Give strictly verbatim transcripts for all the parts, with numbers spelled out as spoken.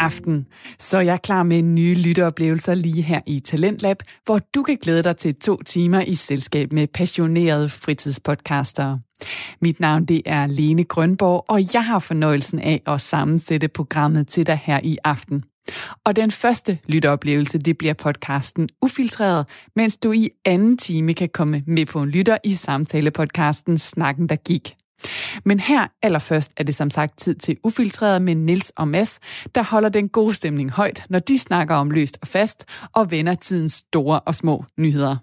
aften. Så jeg er klar med nye lytteoplevelser lige her i Talentlab, hvor du kan glæde dig til to timer i selskab med passionerede fritidspodcastere. Mit navn det er Lene Grønborg, og jeg har fornøjelsen af at sammensætte programmet til dig her i aften. Og den første lytteoplevelse, det bliver podcasten Ufiltreret, mens du i anden time kan komme med på en lytter i samtalepodcasten Snakken, der gik. Men her allerførst er det som sagt tid til Ufiltreret med Niels og Mads, der holder den gode stemning højt, når de snakker om løst og fast og vender tidens store og små nyheder.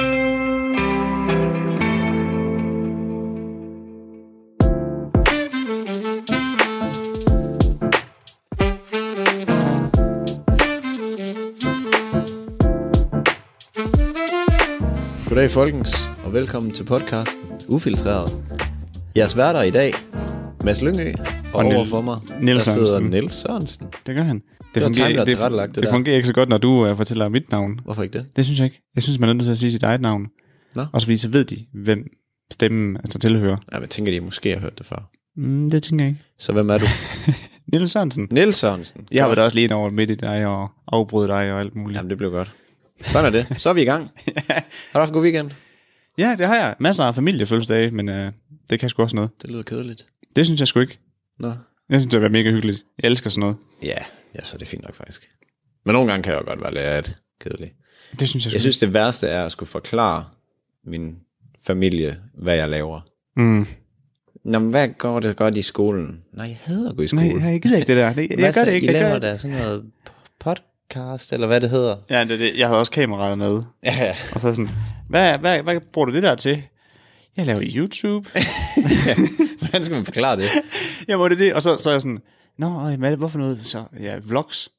Goddag folkens, og velkommen til podcasten Ufiltreret. Jeres værter i dag, Mads Lyngø, og, og overfor mig, Niels der sidder Sørensen. Niels Sørensen. Det gør han. Det, det fungerer, det, det, det, det fungerer ikke så godt, når du uh, fortæller mit navn. Hvorfor ikke det? Det synes jeg ikke. Jeg synes, man er nødt til at sige sit eget navn. Nå? Også fordi så ved de, hvem stemmen altså tilhører. Ja, men tænker de måske har hørt det før. Mm, det tænker jeg ikke. Så hvem er du? Niels Sørensen. Niels Sørensen. Jeg har været også lige over midt i dig og afbryde dig og alt muligt. Jamen, det blev godt. Sådan er det. Så er vi i gang. Har du haft en god weekend? Ja, det har jeg. Masser af familiefødselsdage, men uh, det kan sgu også noget. Det lyder kedeligt. Det synes jeg sgu ikke. Nå. Jeg synes, det er mega hyggeligt. Jeg elsker sådan noget. Ja, ja, så er det fint nok faktisk. Men nogle gange kan jeg jo godt være lidt kedelig. Det synes jeg. Jeg synes, det værste er at skulle forklare min familie, hvad jeg laver. Mm. Nå, men hvad går det godt i skolen? Nej, jeg hader at gå i skole. Nej, jeg gider ikke det der. Det, jeg, jeg gør det ikke. I Jeg laver gør... der sådan noget podcast, eller hvad det hedder. Ja, det, det. Jeg havde også kameraet med. Ja, ja. Og så sådan, hvad, hvad, hvad bruger du det der til? Jeg laver YouTube. Ja, hvordan skal man forklare det? Jeg må det det, og så, så er jeg sådan, nå, hvad er det, hvorfor noget? Så, ja, vlogs.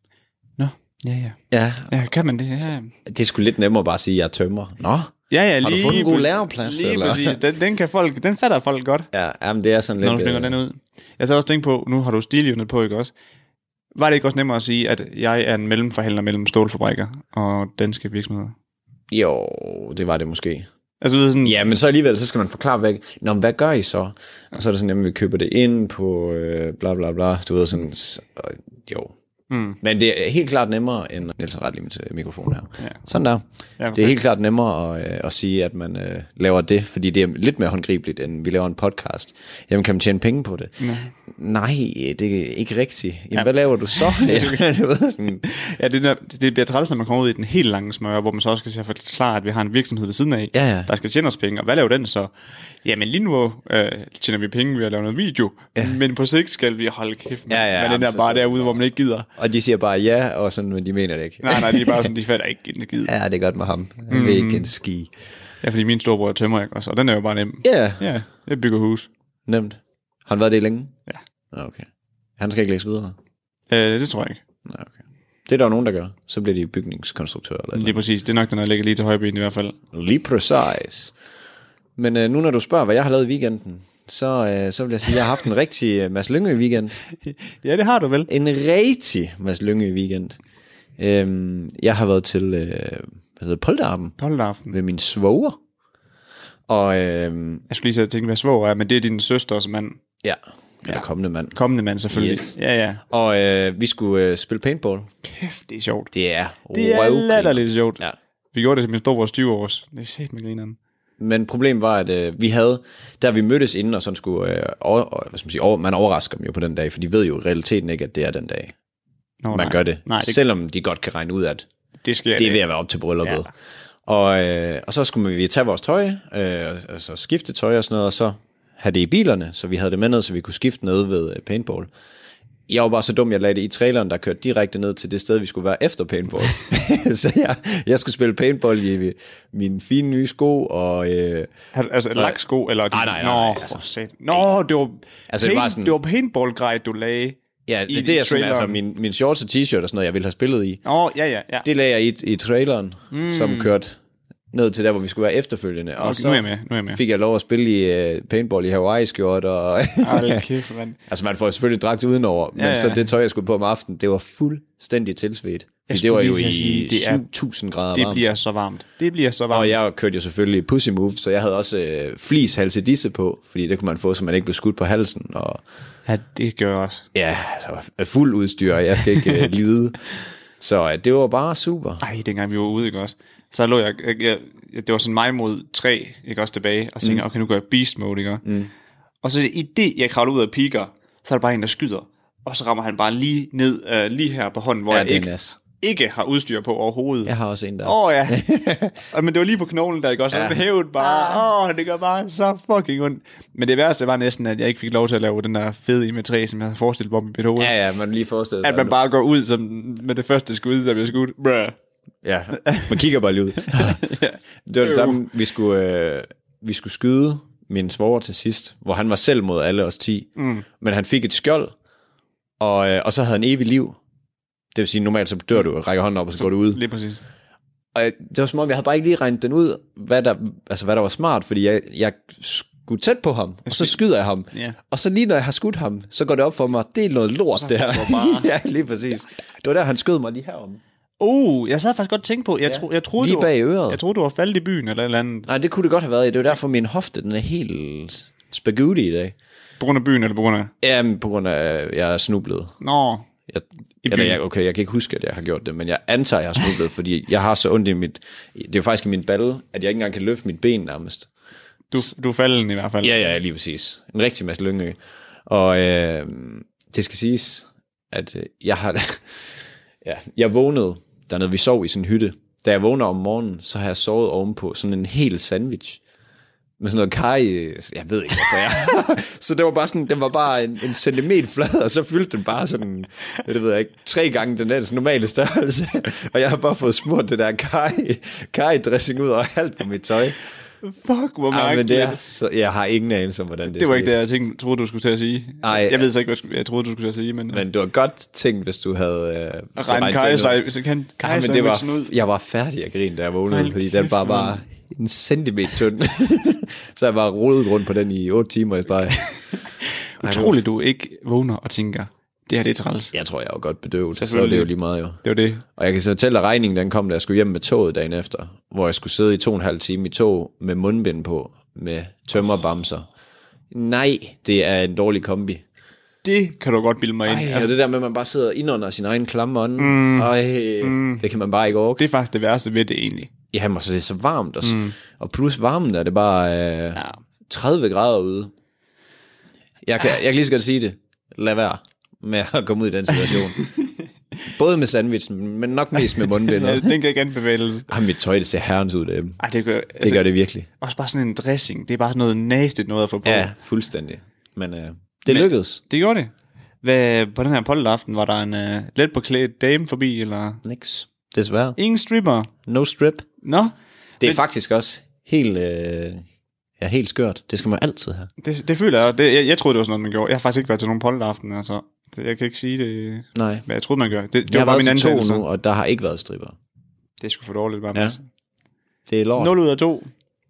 Nå, ja, ja. Ja. Ja, kan man det? Ja. Det er sgu lidt nemmere bare at sige, at jeg er tømrer. Nå, Ja, ja, lige har du fundet en god præcis- læreplads? Lige eller? præcis, den, den, kan folk, den fatter folk godt, Ja, jamen, det er sådan når lidt... du springer øh, den ud. Jeg så også tænkt på, nu har du stilhjulene på, ikke også? Var det ikke også nemmere at sige, at jeg er en mellemforhandler mellem stålfabrikker og danske virksomheder? Jo, det var det måske. Altså, du ved sådan... Ja, men så alligevel, så skal man forklare, hvad, Nå, men hvad gør I så? Og så er det sådan, jamen, vi køber det ind på øh, bla bla bla, du ved sådan, s- øh, jo. Mm. Men det er helt klart nemmere, end Niels har ret lige med mikrofonen her. Ja. Sådan der. Ja, Det er helt klart nemmere at, øh, at sige, at man øh, laver det, fordi det er lidt mere håndgribeligt, end vi laver en podcast. Jamen, kan man tjene penge på det? Nej. Nej, det er ikke rigtigt. Jamen, Ja. hvad laver du så? Ja, du ved, sådan, Ja, det, der, det bliver træls, når man kommer ud i den helt lange smør, hvor man så også skal forklare, at vi har en virksomhed ved siden af, Ja, ja. der skal tjene os penge. Og hvad laver den så? Jamen lige nu øh, tjener vi penge ved at lave noget video, ja. Men på sigt skal vi holde kæft med, Ja, ja, men den der så- bare så- derude, hvor man ikke gider. og de siger bare ja, og sådan, men de mener det ikke. Nej, nej, de er bare sådan, de fatter ikke en skid. Ja, det er godt med ham. Han vil ikke en ski. Ja, fordi min storebror er tømrer, ikke også? Og den er jo bare nem. Ja, Ja, det bygger hus. nemt. Har han været det i længe? Ja. Nå, okay. Han skal ikke læse videre? Øh, det tror jeg ikke. Nå, okay. Det er der jo nogen, der gør. Så bliver de bygningskonstruktører. Eller Lige præcis. Det er nok den, der ligger lige til højben i hvert fald. Lige præcis. Men øh, nu når du spørger, hvad jeg har lavet i weekenden, så, øh, så vil jeg sige, at jeg har haft en rigtig øh, Mads Lyngø weekend. Ja, det har du vel. En rigtig Mads Lyngø weekend. Øhm, jeg har været til øh, hvad hedder det, polterabend tolvte aften. med min svoger. Og øhm, Jeg skulle lige så tænke, hvad svoger er, men det er din søsters mand. ja, eller Ja. kommende mand. Kommende mand selvfølgelig. Yes. Ja, ja. Og øh, vi skulle øh, spille paintball. Kæft, det er sjovt. Det er Det er røvgriner. latterligt sjovt. Ja. Vi gjorde det til min storebrors tyve års. Det er sæt med grineren. Men problemet var, at øh, vi havde, der vi mødtes inden, og sådan skulle, øh, over, hvad skal man sige, over, man overrasker dem jo på den dag, for de ved jo i realiteten ikke, at det er den dag, Nå, man nej. gør det. Nej, det, Selvom de godt kan regne ud, at det sker det er ved at være op til brylluppet. Ja. Og, øh, og så skulle vi tage vores tøj, øh, og så skifte tøj og sådan noget, og så have det i bilerne, så vi havde det med ned, så vi kunne skifte ned ved øh, paintball. Jeg var bare så dum, jeg lagde det i traileren, der kørte direkte ned til det sted, vi skulle være efter paintball. Så jeg, jeg skulle spille paintball i mine fine nye sko, og... Øh, Har du- altså laksko, eller... Nej, nej, nej, Nå, nej, altså. for sat. Nå, det var, Altså, det paint, var sådan- det var paintball-grej, du lagde. ja, I- det er det, i jeg sådan, altså traileren. min, min shorts og t-shirt og sådan noget, jeg ville have spillet i. Nå, ja, ja, ja. Det lagde jeg i, i traileren, mm. som kørte ned til der, hvor vi skulle være efterfølgende. Og Okay, så nu er jeg med, nu er jeg med. fik jeg lov at spille i uh, paintball i Hawaii-skjort. Og Hold kæft, mand. altså, man får selvfølgelig dragt udenover, men Ja, ja. så det tøj, jeg skulle på om aftenen, det var fuldstændig tilsvedt. Det var jo lige til at i sige, det er- syv tusind grader Det varmt. bliver så varmt. Det bliver så varmt. Og jeg kørte jo selvfølgelig Pussy Move, så jeg havde også øh, flis halsedisse på, fordi det kunne man få, så man ikke blev skudt på halsen. Og Ja, det gør jeg også. ja, altså fuld udstyr, jeg skal ikke øh, lide. Så øh, det var bare super. Ej, dengang vi var ude, ikke også? Så lå jeg, jeg, jeg det var sådan mig mod tre, ikke også tilbage, og så tænkte, mm. okay, nu går jeg beast mode, ikke? Mm. Og så i det, jeg kravler ud af piker, så er der bare en, der skyder. Og så rammer han bare lige ned, uh, lige her på hånden, hvor Ja, jeg det er ikke, nas. ikke har udstyr på overhovedet. Jeg har også en der. Åh oh, ja. Og, men det var lige på knoglen der, ikke også? Så Ja. den hævede bare. Åh, oh, det gør bare så fucking ondt. Men det værste var næsten, at jeg ikke fik lov til at lave den der fede i med træ, som jeg havde forestillet mig i mit hoved. Ja, ja, man lige forestiller At man bare går ud som, med det første skud, der bliver skudt. Bruh. Ja, man kigger bare lige ud. Ja. Det var det samme, vi skulle, øh, vi skulle skyde min svoger til sidst, hvor han var selv mod alle os ti. Mm. Men han fik et skjold, og, øh, og så havde han evig liv. Det vil sige, normalt så dør du, rækker hånden op, og så, så går du ud. Lige præcis. Og det var som om, jeg havde bare ikke lige regnet den ud, hvad der, altså, hvad der var smart, fordi jeg, jeg skulle tæt på ham, og så skyder jeg ham. Ja. Og så lige når jeg har skudt ham, så går det op for mig, det er noget lort, det her. bare- Ja, lige præcis. Det var der, han skød mig lige herom. Uh, jeg sad faktisk godt og tænkte på, jeg, tro, jeg, troede, lige du var, bag øret. jeg troede, du var faldet i byen eller et eller andet. Nej, det kunne det godt have været. Det var derfor, min hofte, den er helt spaghetti i dag. På grund af byen eller på grund af... Jamen, på grund af, at jeg er snublet. Nå, Jeg, i eller, byen. jeg, okay, jeg kan ikke huske, at jeg har gjort det, men jeg antager, at jeg har snublet, fordi jeg har så ondt i mit... Det er jo faktisk i min balle, at jeg ikke engang kan løfte mit ben nærmest. Du, du er falden i hvert fald. Ja, ja, lige præcis. En rigtig masse lyngø. Og øh, det skal siges, at øh, jeg har... ja, jeg vågnede dernede, vi sov i sådan en hytte. Da jeg vågner om morgenen, så har jeg sovet ovenpå sådan en hel sandwich. Med sådan noget kaj, jeg ved ikke, hvad det er. Så det var bare sådan, den var bare en, en centimeter flad, og så fyldte den bare sådan, det ved jeg ikke, tre gange den der normale størrelse. Og jeg har bare fået smurt det der kaj, kaj-dressing ud over alt på mit tøj. Fuck, hvor Ja, men mærkeligt. det er, så jeg har ingen anelse om, hvordan det Det var skete. ikke det, jeg tænkte, troede, du skulle til at sige. Ej, jeg ved så ikke, hvad jeg skulle- jeg troede, du skulle til at sige, men... Men det var godt tænkt, hvis du havde... Øh, at så regne regnet den kaj ud. sig, hvis jeg kan Ja, kaj men det var, sig ud. jeg var færdig at grine, da jeg vågnede, Hold fordi den kæft, bare var mand. en centimeter tynd. Så jeg var rodet rundt på den i otte timer i streg. Utroligt, du ikke vågner og tænker, det her det er træls. Jeg tror, jeg var godt bedøvet, så Selvfølgelig. det er jo lige meget jo. Det var det. Og jeg kan så fortælle, at regningen den kom, da jeg skulle hjem med toget dagen efter, hvor jeg skulle sidde i to og en halv time i tog med mundbind på, med tømmerbamser. Nej, det er en dårlig kombi. Det kan du godt bilde mig ind. Ej, Altså, altså det der med, at man bare sidder ind under sin egen klamme ånd. Mm. Ej, mm. det kan man bare ikke orke. det er faktisk det værste ved det egentlig. Jamen, så det er så varmt. Og, mm. og plus varmen er det bare øh, Ja. tredive grader ude. Jeg kan, jeg kan lige så godt sige det. Lad være med at komme ud i den situation. Både med sandwichen, men nok mest med Ja, mundbindet. den kan ikke anbefales. Ah, mit tøj, det ser herrens ud derhjemme. Ej, det gør, Det altså, gør det virkelig. også bare sådan en dressing. Det er bare sådan noget nastigt noget at få på. Ja, fuldstændig. Men øh, det Men- lykkedes. Det gjorde det. Hvad, på den her polteraften var der en uh, let påklædt dame forbi, eller Niks. Desværre. ingen stripper? No strip. Nå, Det er Men- faktisk også helt, øh, ja, helt skørt. Det skal man altid have. det, det føler jeg. Det, jeg. Jeg troede, det var sådan noget, man gjorde. Jeg har faktisk ikke været til nogen polteraften, altså. Det, jeg kan ikke sige det, Nej. hvad jeg troede, man gjorde. Det, det Jeg var har bare min været til to antagelse. nu, og der har ikke været stripper. Det er sgu for dårligt, bare. Ja. Ja. Det er lort. nul ud af to.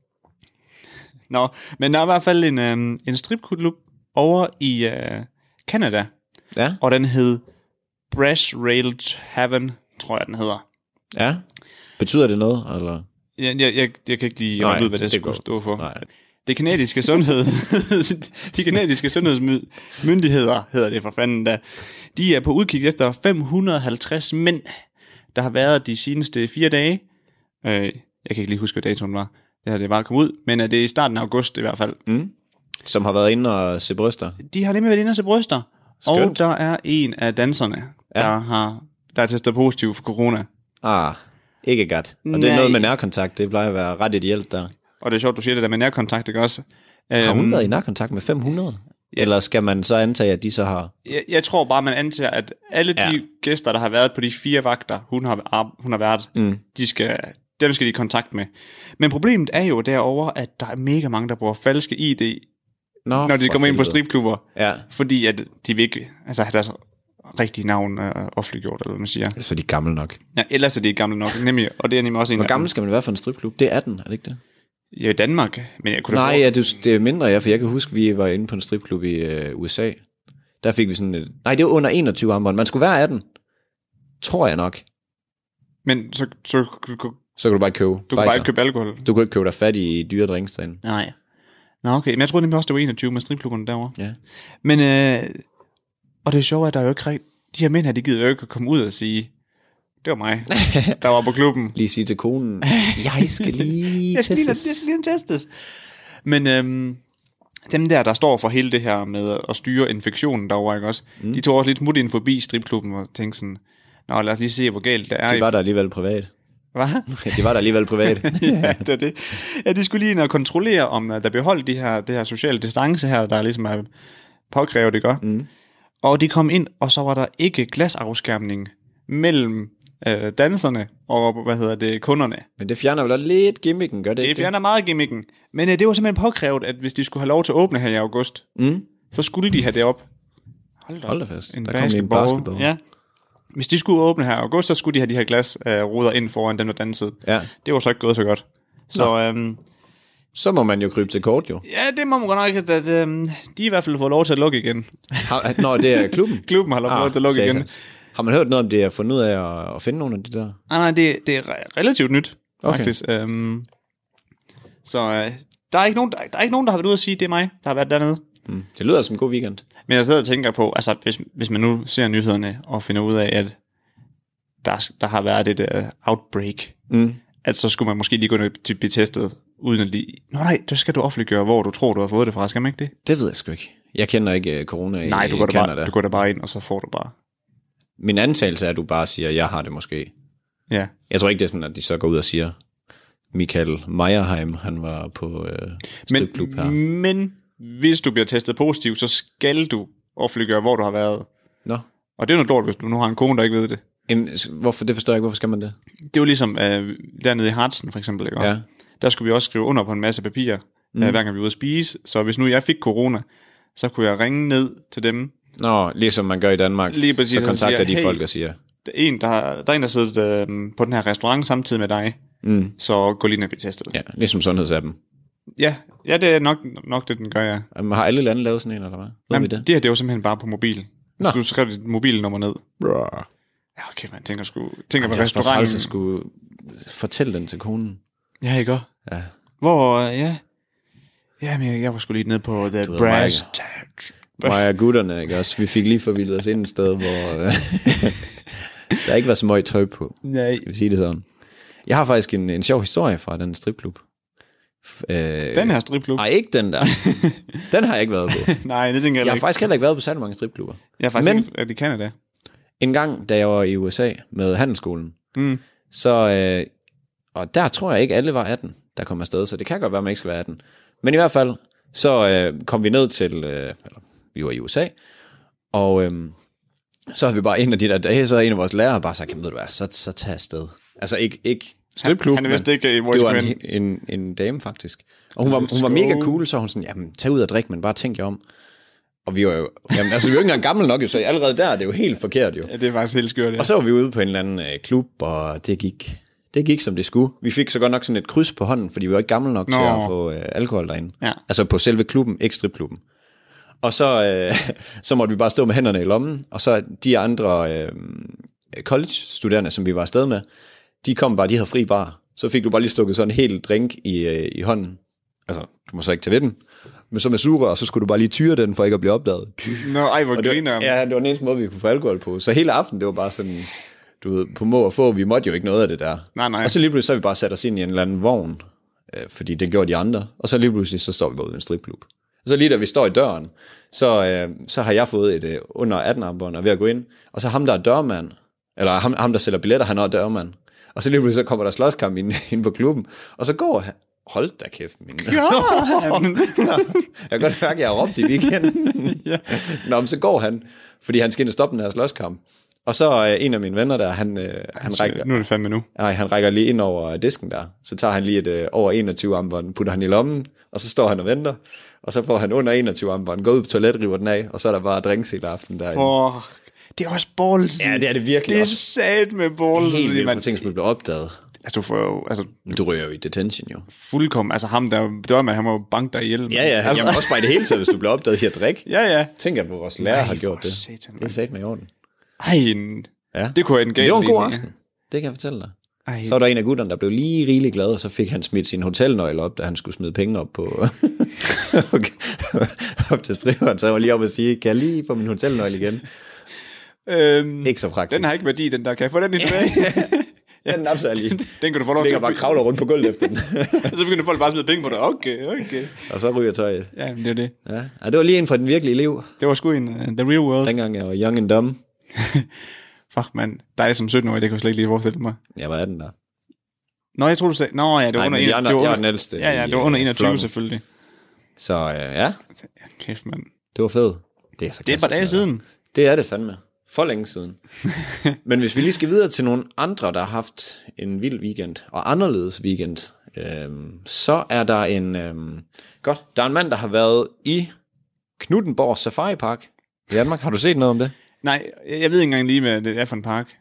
Nå, men der er i hvert fald en, øhm, en stripklub over i øh, Canada, Ja, og den hed Brass Railed Haven, tror jeg, den hedder. ja. Betyder det noget, eller? Jeg, jeg, jeg, jeg kan ikke lige Nej, regne ud, hvad det, det skulle går- stå for. Nej. Det kanadiske sundhed, de kanadiske sundhedsmyndigheder, hedder det for fanden da, de er på udkig efter fem hundrede og halvtreds mænd, der har været de seneste fire dage. Øh, jeg kan ikke lige huske, hvad datoen var. Det har det bare kommet ud, men øh, det er i starten af august i hvert fald. Mm. Som har været inde og se bryster. De har nemlig været inde og se bryster. Skønt. Og der er en af danserne, Ja. der har der er testet positiv for corona. Ah, ikke godt. Og det Nej. er noget med nærkontakt. Det plejer at være ret ideelt der. Og det er sjovt, du siger det der med nærkontakt, ikke også? Har hun Øhm, været i nærkontakt med fem hundrede? Eller skal man så antage, at de så har... jeg, jeg tror bare, man antager, at alle de Ja. gæster, der har været på de fire vagter, hun har, ar- hun har været, Mm. de skal, dem skal de i kontakt med. Men problemet er jo derovre, at der er mega mange, der bruger falske I D, Nå, når de for kommer ind på helvede. stripklubber. Ja, Fordi at de vil ikke altså, have deres rigtige navn øh, offentliggjort, eller hvad man siger. så er de gamle nok. Ja, ellers er det gamle nok, nemlig, og det er nemlig også en Hvor af gammel skal man være for en stripklub? Det er atten, er det ikke det? dem. Ja, i Danmark, men jeg kunne da Nej, få- ja, det, det er mindre, ja, for jeg kan huske, vi var inde på en stripklub i øh, U S A. Der fik vi sådan et... Nej, det var under enogtyve armbånd. Man skulle være atten. Tror jeg nok. Men så, så, så, Så kan du bare købe du kan bajser. bare ikke købe alkohol. Du kan ikke købe dig fat i dyre drinks derinde. Nej. Nå, okay. Men jeg troede nemlig også, det var enogtyve med stripklubberne derovre. Ja. Men, øh, og det er sjovt, at der er jo ikke rigt... De her mænd her, de gider jo ikke at komme ud og sige, det var mig, der var på klubben. Lige sige til konen, jeg skal lige jeg skal lige, jeg testes. skal lige testes. Men øhm, dem der, der står for hele det her med at styre infektionen derovre, ikke også? Mm. De tog også lidt smut ind forbi stripklubben og tænkte sådan, nå, lad os lige se, hvor galt det er. De var der alligevel privat. Hvad? De var der alligevel privat. Ja, det er det. Ja, de skulle lige ind og kontrollere, om der blev holdt de her, det her sociale distance her, der ligesom er påkrævet, det gør. Mm. Og de kom ind, og så var der ikke glasafskærmning mellem øh, danserne og, hvad hedder det, kunderne. Men det fjerner vel også lidt gimmicken, gør det, Det ikke? fjerner meget gimmicken. Men øh, det var simpelthen påkrævet, at hvis de skulle have lov til at åbne her i august, Mm. så skulle de have det op. Hold da, Hold da fast. En Der kom lige en basketball. basketball. Ja. Hvis de skulle åbne her i august, så skulle de have de her glasruder øh, ind foran den, der dansede. Ja. Det var så ikke gået så godt. Så øhm, Så må man jo krybe til kort, jo. ja, det må man godt nok, at, at øhm, de i hvert fald får lov til at lukke igen. Har, når det er klubben. Klubben har lov, Ah, lov til at lukke igen. satans. Har man hørt noget om det, at fundet ud af at, at finde nogle af de der? Nej, nej, det, det er re- relativt nyt, Okay. faktisk. Øhm, så øh, der, er ikke nogen, der, der er ikke nogen, der har været ude at sige, at det er mig, der har været dernede. Mm. Det lyder som en god weekend. Men jeg sidder og tænker på, altså hvis, hvis man nu ser nyhederne og finder ud af, at der, der har været et uh, outbreak, Mm. at så skulle man måske lige gå ned til at blive testet, uden at lige... Nå nej, så skal du offentliggøre, hvor du tror, du har fået det fra, skal man ikke det? Det ved jeg sgu ikke. Jeg kender ikke uh, corona i Nej, du går, da Canada. bare, du går da bare ind, og så får du bare... Min antagelse er, at du bare siger, jeg har det måske. Ja. Jeg tror ikke, det er sådan, at de så går ud og siger, Michael Meyerheim, han var på uh, stripklub her. Men, men hvis du bliver testet positiv, så skal du offentliggøre, hvor du har været. Nå. Og det er noget lort, hvis du nu har en kone, der ikke ved det. Jamen, hvorfor, det forstår jeg ikke. Hvorfor skal man det? Det er jo ligesom øh, dernede i Hartsen, for eksempel. Ikke? Ja. Der skulle vi også skrive under på en masse papirer, mm. øh, hver gang vi var ude at spise. Så hvis nu jeg fik corona, så kunne jeg ringe ned til dem. Nå, ligesom man gør i Danmark. Lige præcis, så kontakter siger, de hey, folk og siger, Der er en, der, har, der, er en, der sidder øh, på den her restaurant samtidig med dig. mm. Så gå lige ned og blive testet. ja, ligesom sundhedsappen. Ja, ja, det er nok, nok det, den gør, ja. Jamen, har alle lande lavet sådan en, eller hvad? Ved Jamen, vi det? det? det her, det er jo simpelthen bare på mobil. Så du skriver dit mobilnummer ned. Brrr. Ja, okay, man tænker sgu... Tænker Jamen, på det er også bare restauranten. træls at skulle fortælle den til konen. Ja, ikke også? Ja. Hvor, øh, ja... Ja, men jeg, jeg var sgu lige nede på The ved, Brass... Mig og gutterne, ikke også? Vi fik lige forvildet os ind et sted, hvor øh, der ikke var så meget tøj på. Nej. Skal vi sige det sådan? Jeg har faktisk en, en sjov historie fra den stripklub. Øh, Den her stripklub? Nej, ikke den der. Den har jeg ikke været på. Nej, det tænker jeg, Jeg har ikke. faktisk heller ikke været på særlig mange stripklubber. Jeg har faktisk Men- ikke været i Canada. En gang, da jeg var i U S A med handelsskolen, Mm. så, øh, og der tror jeg ikke alle var atten, der kom afsted, så det kan godt være, at man ikke skal være atten. Men i hvert fald, så øh, kom vi ned til, øh, eller, vi var i U S A, og øh, så har vi bare en af de der dage, så er en af vores lærere bare sagt, ved du hvad, så, så tag afsted. Altså ikke, ikke stripklub, Han er vist ikke i det var Voice en, en, en dame faktisk. Og hun var, hun var mega cool, så hun sådan, jamen tag ud og drik, men bare tænk jer om. Og vi var jo, jamen, altså vi var jo ikke engang gamle nok, jo, så allerede der, det er jo helt forkert jo. Ja, det er faktisk helt skørt, ja. Og så var vi ude på en eller anden øh, klub, og det gik, det gik som det skulle. Vi fik så godt nok sådan et kryds på hånden, fordi vi var ikke gamle nok Nå. til at få øh, alkohol derinde. Ja. Altså på selve klubben, ikke stripklubben. Og så, øh, så måtte vi bare stå med hænderne i lommen, og så de andre øh, college-studerende, som vi var afsted med, de kom bare, de havde fri bar. Så fik du bare lige stukket sådan en hel drink i, øh, i hånden. Altså, du må så ikke tage ved den. Men så med sugerør, så skulle du bare lige tyre den, for ikke at blive opdaget. Nå, ej, hvor Og det griner var, ja, det var den eneste måde, vi kunne få alkohol på. Så hele aften, det var bare sådan, du ved, på må og få, vi måtte jo ikke noget af det der. Nej, nej. Og så lige pludselig, så har vi bare sat os ind i en eller anden vogn, øh, fordi det gjorde de andre. Og så lige pludselig, så står vi bare ude i en stripklub. Og så lige da vi står i døren, så, øh, så har jeg fået et øh, under atten armbånd og ved at gå ind. Og så ham, der er dørmand, eller ham, ham der sælger billetter, han er dørmand. Og så lige pludselig, så kommer der slåskamp ind, ind på klubben. Og så går han, hold da kæft, min. Ja. Jeg kan godt mærke, at jeg har råbt i weekenden. Ja. Nå, men så går han, fordi han skal ind og stoppe den her slåskamp. Og så øh, en af mine venner der, han, øh, han, rækker, Nu er det fandme nu. nej, han rækker lige ind over disken der. Så tager han lige et øh, over enogtyve armbånd, putter han i lommen, og så står han og venter. Og så får han under enogtyve armbånd, går ud på toilettet, river den af, og så er der bare drinks hele aften der. For... Det er også ballsy. Ja, det er det virkelig Det er også. sat med ballsy. Helt vildt man. på ting, som bliver opdaget. Altså, du får jo... Altså, Du ryger jo i detention, jo. fuldkommen... Altså, ham der dør med, han må jo banke dig ihjel. Ja, ja, altså, jamen også bare i det hele taget, hvis du bliver opdaget her at drikke. Ja, ja. Tænk, at vores lærer Nej, har gjort for det. satan, Det er sat med i orden. Ej, en... Ja. Det kunne jeg en Men galt det var en god linje. aften. Det kan jeg fortælle dig. Ej. Så var der en af gutterne, der blev lige rigeligt glad, og så fik han smidt sin hotelnøgle op, da han skulle smide penge op på op til striveren. Så jeg var lige oppe og sige, kan jeg lige få min hotelnøgle igen? Øhm, ikke så praktisk. Den har ikke værdi, den der. Kan jeg få den i tilbage? Ja, den er særlig. Den kan du få lov til. Ligger bare kravler rundt på gulvet efter den. Og så begynder folk bare at smide penge på det. Okay, okay. Og så ryger tøjet. Ja, men det er det. Ja. Ja, det var lige en fra den virkelige liv. Det var sgu en uh, the real world. Dengang jeg var young and dumb. Fuck, mand. Dig som sytten-årig, det kan jeg slet ikke lige forestille mig. Ja, hvad er den der? Nå, jeg tror du sagde... Nå, ja, det var Nej, under... men de en, andre, det var jeg under var den ældste. Ja, ja, det var i, under uh, enogtyve flokken. selvfølgelig. Så uh, ja, Kæft, mand. det var fedt. Det er så Det er et par dage siden. Det er det fandme. For længe siden. Men hvis vi lige skal videre til nogle andre, der har haft en vild weekend, og anderledes weekend, øhm, så er der en... Øhm, godt, der er en mand, der har været i Knuthenborg Safari Park i Danmark. Har du set noget om det? Nej, jeg jeg ved ikke engang lige, hvad det er for en park.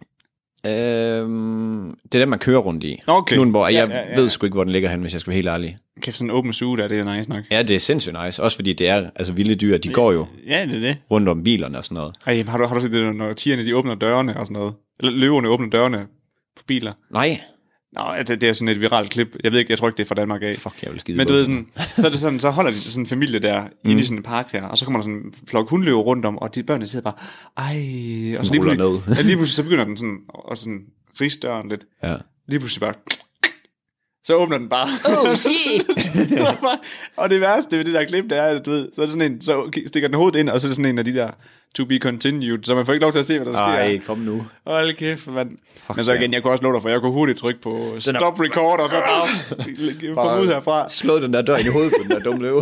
Øhm, det er den, man kører rundt i. Okay. Knuthenborg. Ja, Jeg ja, ja. ved sgu ikke, hvor den ligger hen, hvis jeg skal være helt ærlig. Kæft, sådan en open zoo der, det er nice nok. Ja, det er sindssygt nice. Også fordi det er altså vilde dyr. De går jo Ja, det er det. rundt om bilerne og sådan noget. Ej, har du, har du set det, når tigerne de åbner dørene og sådan noget? Eller løverne åbner dørene på biler? Nej. Nå, det, det er sådan et viralt klip. Jeg ved ikke, jeg tror ikke, det er fra Danmark af. Fuck, jeg vil skide Men på du ved det. sådan, så er det sådan, så holder de sådan en familie der mm. inde i sådan en park der, og så kommer der sådan en flok hundløver rundt om, og de børnene sidder bare, ej, og så lige Ruller pludselig, ned. ja, lige pludselig så begynder den sådan, og sådan riste døren lidt. Ja. Lige pludselig bare, så åbner den bare. Oh, shit! Og det værste ved det der klip, det er, at du ved, så er det sådan en, så stikker den hovedet ind, og så er det sådan en af de der to be continued, så man får ikke lov til at se, hvad der sker. Ej, kom nu. Hold kæft, mand. Fuck Men så igen, ja. jeg kunne også love dig, for jeg kunne hurtigt trykke på stop record, og så bare få ud herfra. Slå den der dør ind i hovedet på den der dumme løve.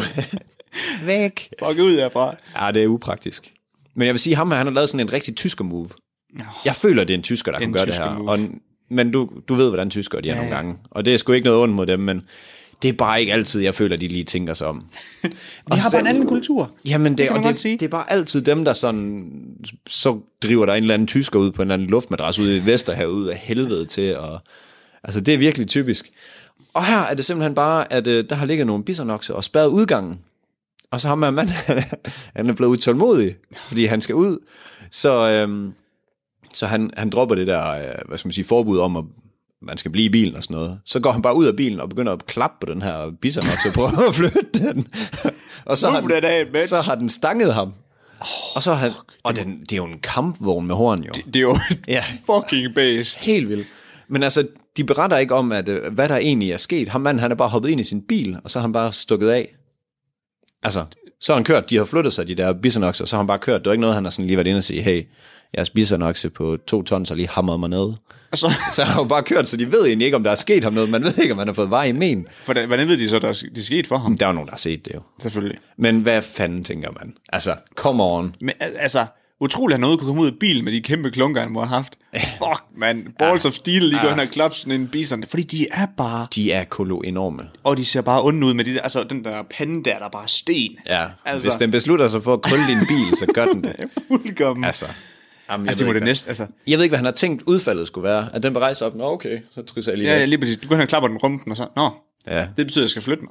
Væk. Fuck ud herfra. Ja, det er upraktisk. Men jeg vil sige, ham her, han har lavet sådan en rigtig tysker move. Jeg føler, det er en tysker, der En kunne gøre det tysker her. move. Og, men du, du ved, hvordan tyskere de er Ja, nogle ja. gange. Og det er sgu ikke noget ondt mod dem, men det er bare ikke altid, jeg føler, de lige tænker sig om. De har bare en anden kultur. Jamen, det, Det kan og man godt det, sige. det er bare altid dem, der sådan, så driver der en eller anden tysker ud på en eller anden luftmadras ude i Vesterhavet ud af helvede til. Og, altså, det er virkelig typisk. Og her er det simpelthen bare, at øh, der har ligget nogle bisonokser og spærret udgangen. Og så har man mand, han er blevet utålmodig, fordi han skal ud. Så, øhm, så han, han dropper det der, øh, hvad skal man sige, forbud om, at man skal blive i bilen og sådan noget. Så går han bare ud af bilen og begynder at klappe på den her bisonokse og prøver at flytte den. Og så har, Move that den, ass, bitch. så har den stanget ham. Og så har han, og den, det er jo en kampvogn med horn jo. Det er jo Ja. fucking based. Helt vildt. Men altså, de beretter ikke om, at, øh, hvad der egentlig er sket. Ham manden, han er bare hoppet ind i sin bil, og så har han bare stukket af. Altså, så har han kørt, de har flyttet sig, de der bisonokser, så har han bare kørt. Det var ikke noget, han har sådan lige været inde og sige, hey, jeres bisonokse på to tons har lige hamret mig ned. Og så, Så han har jo bare kørt, så de ved egentlig ikke, om der er sket ham noget. Man ved ikke, om han har fået vej i men. hvordan, hvordan ved de så, der er, det er sket for ham? Der er jo nogen, der har set det jo. Selvfølgelig. Men hvad fanden tænker man? Altså, come on. Men al- altså, utroligt, at noget kunne komme ud af bilen med de kæmpe klunker, han må have haft. Fuck, man. Balls ja. of steel, lige går hen og klapper sådan en bison. Fordi de er bare... De er kolo enorme. Og de ser bare onde ud med de der, altså den der pande der, der er bare sten. Ja, Altså- altså. Hvis den beslutter sig for at krølle din bil, så gør den det. Fuldkommen. Altså, jamen, jeg, Altså, det ved må ikke, det hvad- næste, altså... jeg ved ikke, hvad han har tænkt udfaldet skulle være. At den bare rejser op, nå okay, så trysser jeg lige Ja, væk. ja, lige præcis. Du går hen og klapper den rumpen, og så... Nå, Ja. det betyder, at jeg skal flytte mig.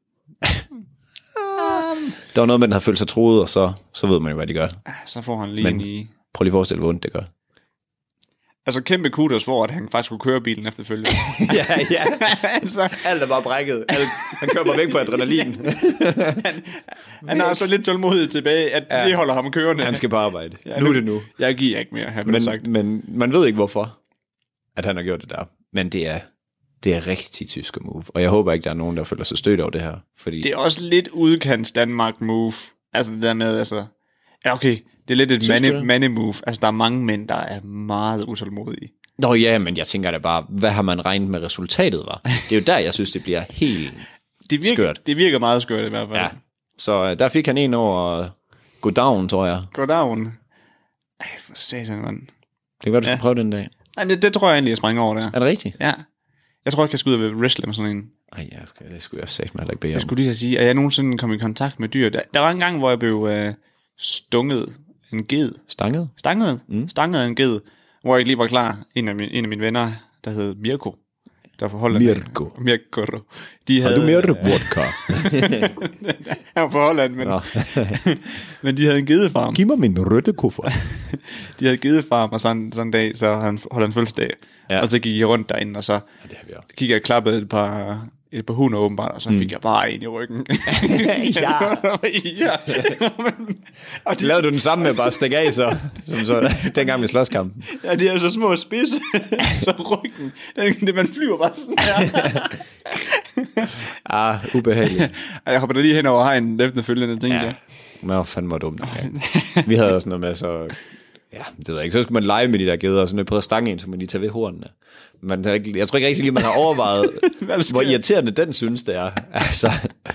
Der var noget med, at den havde følt sig truet, og så, så ved man jo, hvad de gør. Ah, så får han lige Men- en i... Prøv lige at forestille, hvor ondt det gør. Altså, kæmpe kudos for, at han faktisk kunne køre bilen efterfølgende. ja, ja. altså, Alt er bare brækket. Alt, han kører bare væk på adrenalin. han har så lidt tålmodighed tilbage, at ja. det holder ham kørende. Han skal på arbejde. Ja, Nu er det nu. Jeg giver ikke mere, har men, sagt. Men, men man ved ikke, hvorfor, at han har gjort det der. Men det er, det er rigtig tyske move. Og jeg håber ikke, der er nogen, der føler sig stødt over det her. Fordi Det er også lidt udkants Danmark move. Altså det der med, altså... Ja, okay. Det er lidt et Synes du mande, det? mande move. Altså, der er mange mænd, der er meget utålmodige. Nå ja, men jeg tænker da bare, hvad har man regnet med resultatet var? Det er jo der, jeg synes, det bliver helt Det virker, skørt. det virker meget skørt i hvert fald. Ja. Så øh, der fik han en over go down, tror jeg. Go down. Ej, for satan, mand. Det kan være, du skal Ja. prøve den dag. Nej, det, det tror jeg egentlig, jeg springer over der. Er det rigtigt? Ja. Jeg tror ikke, jeg skal ud og wrestle med sådan en. Ej, jeg skal, det skulle jeg sagt mig heller ikke bede Jeg om. skulle lige have sige, at jeg nogensinde kom i kontakt med dyr. Der, der var en gang, hvor jeg blev øh, stunget en ged. Stanget? Stanget? Mm. Stanget af en ged, hvor jeg lige var klar. En af, mine, en af mine venner, der hed Mirko. Der fra Holland. Mirko. Mirko. De Har havde, du mere vodka? Han var fra Holland, men, Nå. men de havde en gedefarm. Giv mig min røde kuffert. De havde gedefarm, og sådan, sådan en dag, så han holdt han fødselsdag. Ja. Og så gik jeg rundt derinde, og så ja, det har vi også. kiggede jeg og klappede et par, et par hunder åbenbart, og så fik mm. jeg bare en i ryggen. ja. ja. og de... Lavede du den samme med bare at stikke af, så, som så dengang vi slåskampen? Ja, de er så små spidse, så ryggen, det, man flyver bare sådan her. ah, ubehageligt. Jeg hopper da lige hen over hegnen efterfølgende, tænkte ja. jeg. Man var fandme dumt. Okay. Vi havde også noget med så... Ja, det ved jeg ikke. Så skulle man lege med de der geder, og så når jeg prøvede at stange en, så man lige tage ved hornene. Men jeg tror ikke rigtig lige, man har overvejet, hvor irriterende den synes, det er. Altså,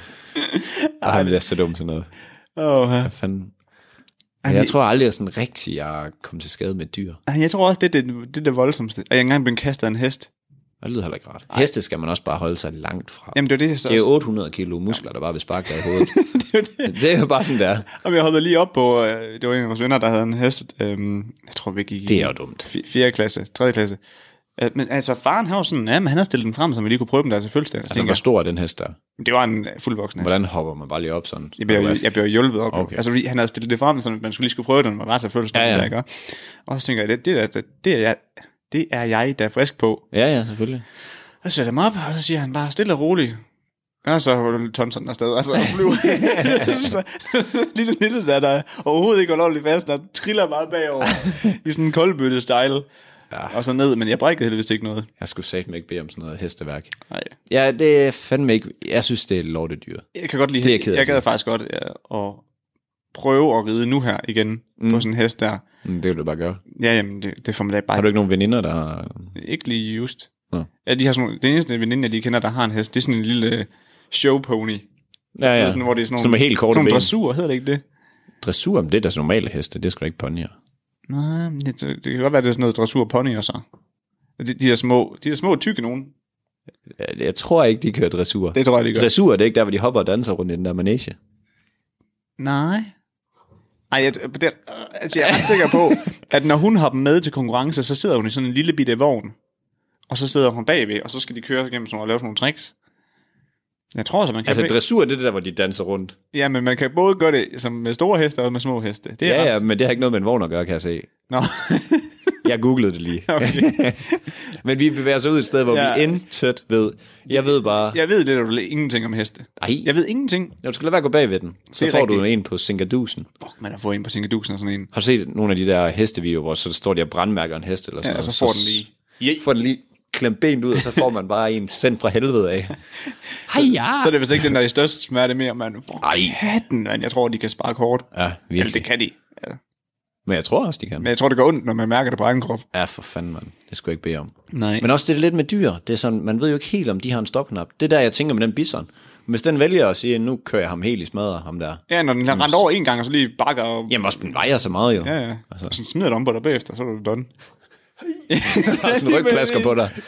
og han bliver så dum sådan noget. Åh, ja. Fanden. Jeg tror aldrig, at sådan rigtig, jeg er kommet til skade med dyr. Jeg tror også, det er det, det, det voldsomste. Og jeg engang blev kastet af en hest. Det lyder heller ikke rart. Heste skal man også bare holde sig langt fra. Jamen, det er det, så det er jo otte hundrede kilo muskler, der bare vil sparke dig i hovedet. det, er det. det er jo bare sådan, der. Og jeg hoppede lige op på, øh, det var en af vores venner, der havde en hest. Øh, jeg tror, vi gik i... Det er jo dumt. fjerde klasse, tredje klasse. Øh, men altså, faren har jo sådan, ja, men han har stillet den frem, så vi lige kunne prøve den der til fødselsdag. Altså, hvor stor er den hest der? Det var en fuldvoksen hest. Hvordan hopper man bare lige op sådan? Jeg blev, jeg blev hjulpet op. Okay. Altså, han havde stillet det frem, så man skulle lige skulle prøve den, man var til fødselsdag. Ja, ja. Der, ikke? Og så tænker jeg, det, det, er, det, er jeg, det er jeg, der er frisk på. Ja, ja, selvfølgelig. Så sætter jeg mig op, og så siger han bare stille og roligt. Og så var det Thomson afsted, og så flyver så, lille, lille der, der overhovedet ikke var lovligt fast, der triller bare bagover i sådan en koldbøtte-style. Ja. Og så ned, men jeg brækkede heldigvis ikke noget. Jeg skulle satme ikke bede om sådan noget hesteværk. Nej. Ja, det er fandme ikke... Jeg synes, det er lortedyr. Jeg kan godt lide... Det er jeg, jeg gad faktisk godt ja, at prøve at ride nu her igen mm. på sådan en hest der. Mm, det vil du bare gøre. Ja, jamen, det, det får man da bare... Har du ikke nogen veninder, der har... Ikke lige just. Nå. Ja, de har sådan... Det eneste veninde, jeg lige kender, der har en hest, det er sådan en lille showpony. Ja, ja. Sådan, hvor det er sådan som er helt korte sådan ben. Dressur, hedder det ikke det? Dressur, men det er da normale heste, det er sgu da ikke ponyer. Nej, det, det kan godt være, det er sådan noget dressur ponyer så. De, de der små, de der små tykke nogen. Jeg tror ikke, de kører dressur. Det tror jeg, de gør. Dressur, det er ikke der, hvor de hopper og danser rundt i den der manege. Nej. Ej, jeg, det, altså jeg er ret sikker på, at når hun har dem med til konkurrence, så sidder hun i sådan en lille bitte vogn. Og så sidder hun bagved, og så skal de køre igennem sådan og lave sådan nogle tricks. Jeg tror så man kan... Altså dressur, det er det der, hvor de danser rundt. Ja, men man kan både gøre det som med store heste og med små heste. Det er ja, ret... ja, men det har ikke noget med en vogn at gøre, kan jeg se. Nå. Jeg googlede det lige. Okay. Men vi bevæger os ud et sted, hvor ja. vi intet ved. Jeg ved bare... Jeg ved lidt, at du ved ingenting om heste. Ej. Jeg ved ingenting. Jeg skulle lade være at gå bag ved den. Så får rigtigt. Du en på Singadusen. Fuck, man har fået en på Singadusen og sådan en. Har du set nogle af de der hestevideoer, hvor så står de og brandmærker en hest eller sådan ja, noget? og så får så den lige... Yeah. Får den lige klemt benet ud, og så får man bare en sendt fra helvede af. Hej ja. Så, så er det vist ikke den der i største smerte mere, man får Ej. hatten, men jeg tror, de kan sparke hårdt. Ja, virkelig. Eller det kan de. Ja. Men jeg tror også, de kan. Men jeg tror, det går ondt, når man mærker det på egen krop. Ja, for fanden, man. Det skulle jeg ikke bede om. Nej. Men også det er lidt med dyr. Det er sådan, man ved jo ikke helt, om de har en stopknap. Det er der, jeg tænker med den bison. Hvis den vælger at sige, nu kører jeg ham helt i smadret, ham der. Ja, når den har rendt over en gang, og så lige bakker og... Jamen også, den vejer så meget jo. Ja, ja. Altså. Og så smider du om på dig bagefter, så er du done. Der er sådan en rygplasker på dig.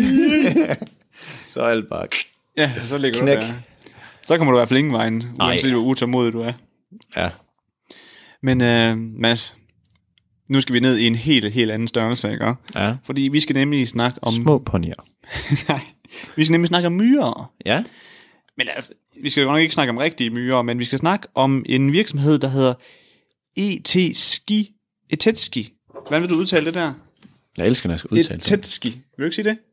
Så er alt bare... Ja, så ligger knæk. Du der. Så kommer du i hvert fald ingen vejen, uanset hvor utålmodig du er. Ja. Men uh, Mads, nu skal vi ned i en helt, helt anden størrelse, ikke? Ja. Fordi vi skal nemlig snakke om... Små ponyer. Nej, vi skal nemlig snakke om myrer. Ja. Men altså, vi skal jo nok ikke snakke om rigtige myrer, men vi skal snakke om en virksomhed, der hedder Etetski. Etetski. Hvordan vil du udtale det der? Jeg elsker, når jeg skal udtale det. Etetski. Vil du ikke sige det?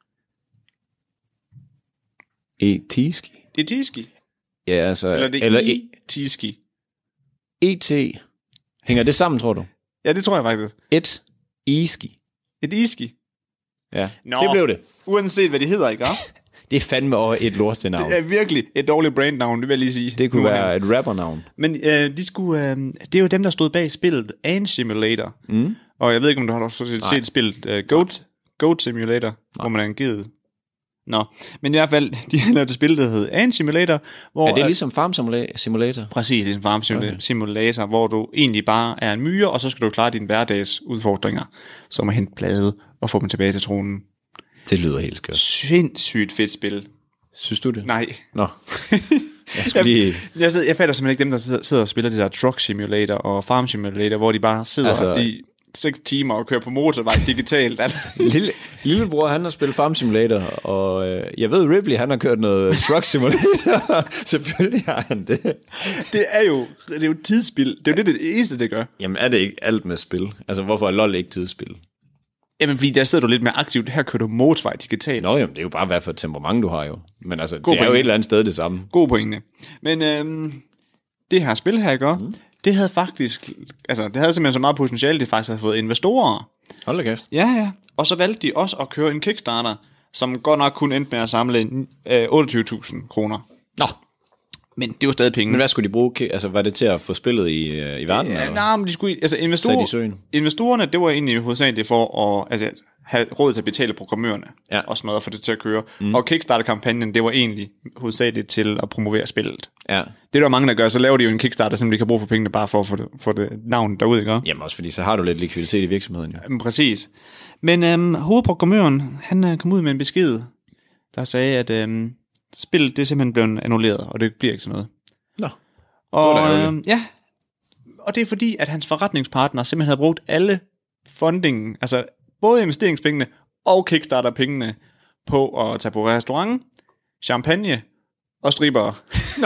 Etetski. Etetski. Ja, altså... Eller det eller Etetski. E T. Hænger det sammen, tror du? Ja, det tror jeg faktisk. Et iski. Et iski? Ja, Nå, det blev det. Uanset hvad det hedder, ikke? Det er fandme over et lortenavn. Det er virkelig et dårligt brandnavn, det vil jeg lige sige. Det kunne være et rappernavn. Men øh, de skulle, øh, det er jo dem, der stod bag spillet Ant Simulator. Mm. Og jeg ved ikke, om du har set, set spillet uh, Goat, Goat Simulator, Nej. hvor man er en ged. Nå, men i hvert fald, de har lavet et spil, der hedder Ant Simulator. Hvor, er det ligesom Farm Simulator? Præcis, ligesom Farm Simulator, okay. Hvor du egentlig bare er en myre, og så skal du klare dine hverdags udfordringer, som at hente blade og få dem tilbage til tronen. Det lyder helt skørt. Sindssygt fedt spil. Synes du det? Nej. Nå. Jeg, skulle lige... jeg, jeg, sidder, jeg fatter simpelthen ikke dem, der sidder, sidder og spiller det der Truck Simulator og Farm Simulator, hvor de bare sidder altså... i seks timer og kører på motorvej digitalt. Lille, lillebror, han har spillet Farm Simulator, og øh, jeg ved, Ripley, han har kørt noget Truck Simulator. Selvfølgelig har han det. Det er jo, det er jo tidsspil. Det er jo det, det eneste, det gør. Jamen, er det ikke alt med spil? Altså, hvorfor er LoL ikke tidsspil? Jamen, fordi der sidder du lidt mere aktivt. Her kører du motorvej digitalt. Nå, jamen, det er jo bare, hvad for et temperament du har jo. Men altså, God det er jo pointe. et eller andet sted det samme. God pointe. Men øhm, det her spil her, ikke? Mm. Det havde faktisk, altså det havde simpelthen så meget potentiale, det faktisk havde fået investorer. Hold da kæft. Ja, ja. Og så valgte de også at køre en Kickstarter, som godt nok kun endte med at samle øh, otteogtyve tusind kroner. Nå. Men det var stadig penge. Men hvad skulle de bruge? Altså, var det til at få spillet i, øh, i verden? Ja, eller? nej, men de skulle, altså Sat i investorer, søen. investorerne, det var egentlig hovedsageligt for at altså, have råd til at betale programmørerne, Ja. og sådan noget, og få det til at køre. Mm. Og Kickstarter-kampagnen, det var egentlig hovedsageligt til at promovere spillet. Ja. Det er der mange, der gør, så laver de jo en Kickstarter, som de kan bruge for pengene, bare for at få det, få det navn derude, ikke? Jamen også fordi, så har du lidt likviditet i virksomheden jo. Jamen, præcis. Men øhm, hovedprogrammøren, han øh, kom ud med en besked, der sagde, at øhm, spillet det er simpelthen blevet annulleret, og det bliver ikke sådan noget. Nå. Og, Det var da ærgerligt. øhm, ja, og det er fordi, at hans forretningspartner simpelthen havde brugt alle fundingen, altså både investeringspengene og Kickstarter-pengene, på at tage på restaurant, champagne og stripper. Nå.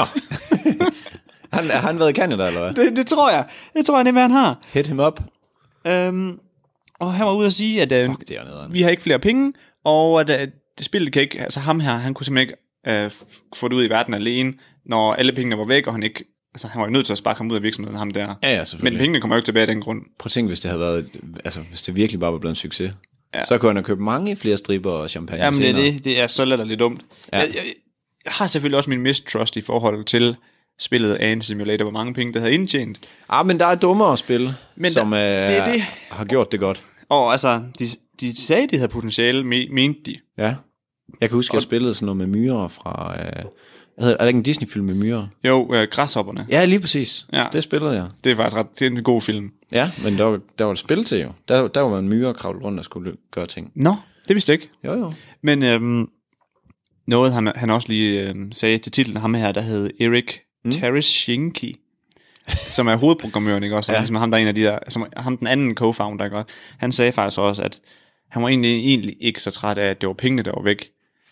han, har han været i Canada, eller hvad? det, det tror jeg. Det tror jeg, det er, hvad han har. Hit him up. Øhm, og han var ude at sige, at øh, Fuck, det er nederen. vi har ikke flere penge, og at øh, det spillet kan ikke, altså ham her, han kunne simpelthen ikke øh, få det ud i verden alene, når alle pengene var væk, og han ikke, altså han var jo nødt til at sparke ham ud af virksomheden, ham der. Ja, ja, Men selvfølgelig. pengene kommer jo ikke tilbage af den grund. Prøv at tænke, hvis det havde været, altså hvis det virkelig bare var blevet en succes. Ja. Så kunne han have købt mange flere stripper og champagne Jamen det er senere. det, det er så latterligt dumt. Ja. Jeg, jeg, jeg har selvfølgelig også min mistrust i forhold til spillet Ant Simulator, hvor mange penge det havde indtjent. Ah, men der er dummere spil, Men som der, øh, det er det. har gjort det godt. Og altså, de, de sagde, de havde potentiale, me, mente de. Ja. Jeg kan huske, at jeg spillede sådan noget med myrer fra... Øh, hvad hedder, er der ikke en Disney-film med myrer? Jo, øh, Græshopperne. Ja, lige præcis. Ja. Det spillede jeg. Det er faktisk ret, det er en god film. Ja, men der var, der var et spil til jo. Der, der var man myrer kravle rundt og skulle gøre ting. Nå, det vidste jeg ikke. Jo, jo. Men øhm, noget, han, han også lige øhm, sagde til titlen, ham her, der hed Erik mm. Tereshinki, som er hovedprogrammøren, ikke også? Ja. Ligesom ham, der er en af de der, som, ham den anden co-founder, ikke også? Han sagde faktisk også, at han var egentlig, egentlig ikke så træt af, at det var pengene, der var væk.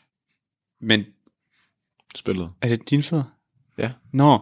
Men Spillet. er det dine fødder? Ja. Nå.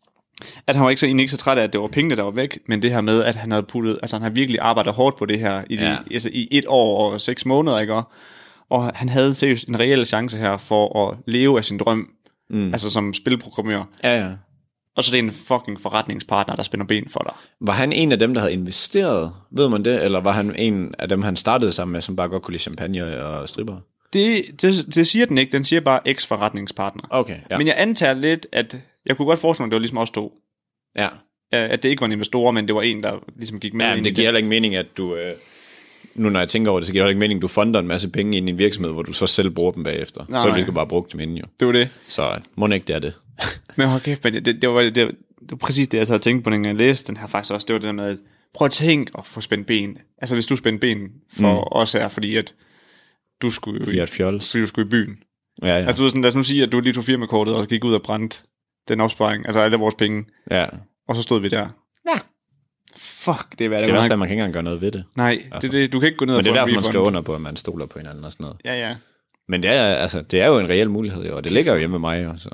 At han var ikke så, egentlig ikke så træt af, at det var pengene, der var væk, men det her med, at han havde puttet, altså han har virkelig arbejdet hårdt på det her, i, de, Ja. altså, i et år og seks måneder, ikke? Og, og han havde seriøst en reel chance her for at leve af sin drøm, mm. altså som spilprogrammør. Ja, ja. Og så det er en fucking forretningspartner, der spænder ben for dig. Var han en af dem, der havde investeret? Ved man det? Eller var han en af dem, han startede sammen med, som bare godt kunne lide champagne og stripper? Det, det, det siger den ikke, den siger bare eks-forretningspartner. Okay, ja. Men jeg antager lidt, at jeg kunne godt forestille mig, at det var ligesom også to. Ja. At det ikke var en investor, men det var en, der ligesom gik med Ja, ind men i det giver heller ikke mening, at du... Øh, nu når jeg tænker over det, så giver det heller ikke mening, at du fonder en masse penge ind i en virksomhed, hvor du så selv bruger dem bagefter. Nej, så er nej. det skal bare bruge dem inden jo. Det var det. Så må ikke det er det. Men hold kæft, men det, det, var, det, det var præcis det, jeg havde tænkt på, dengang jeg læste den her faktisk også. Det var det der med, at prøv at tænke at få spændt ben. Altså hvis du spændte ben for mm. os her, fordi at du skulle jo Fordi at fjols. fordi du skulle i byen. Ja, ja. Altså du ved sådan, lad os nu sige, at du lige tog firmakortet og gik ud og brændte den opsparing, altså alle vores penge, ja. og så stod vi der. Ja. Fuck, det er hvad det Det er var. også, at man kan ikke engang gøre noget ved det. Nej, Altså. det, det, du kan ikke gå ned Men og det få er en derfor, man skal refund. under på, at man stoler på hinanden og sådan noget. Ja, ja. Men det er, altså, det er jo en reel mulighed, jo, og det ligger jo hjemme med mig. Jo, så.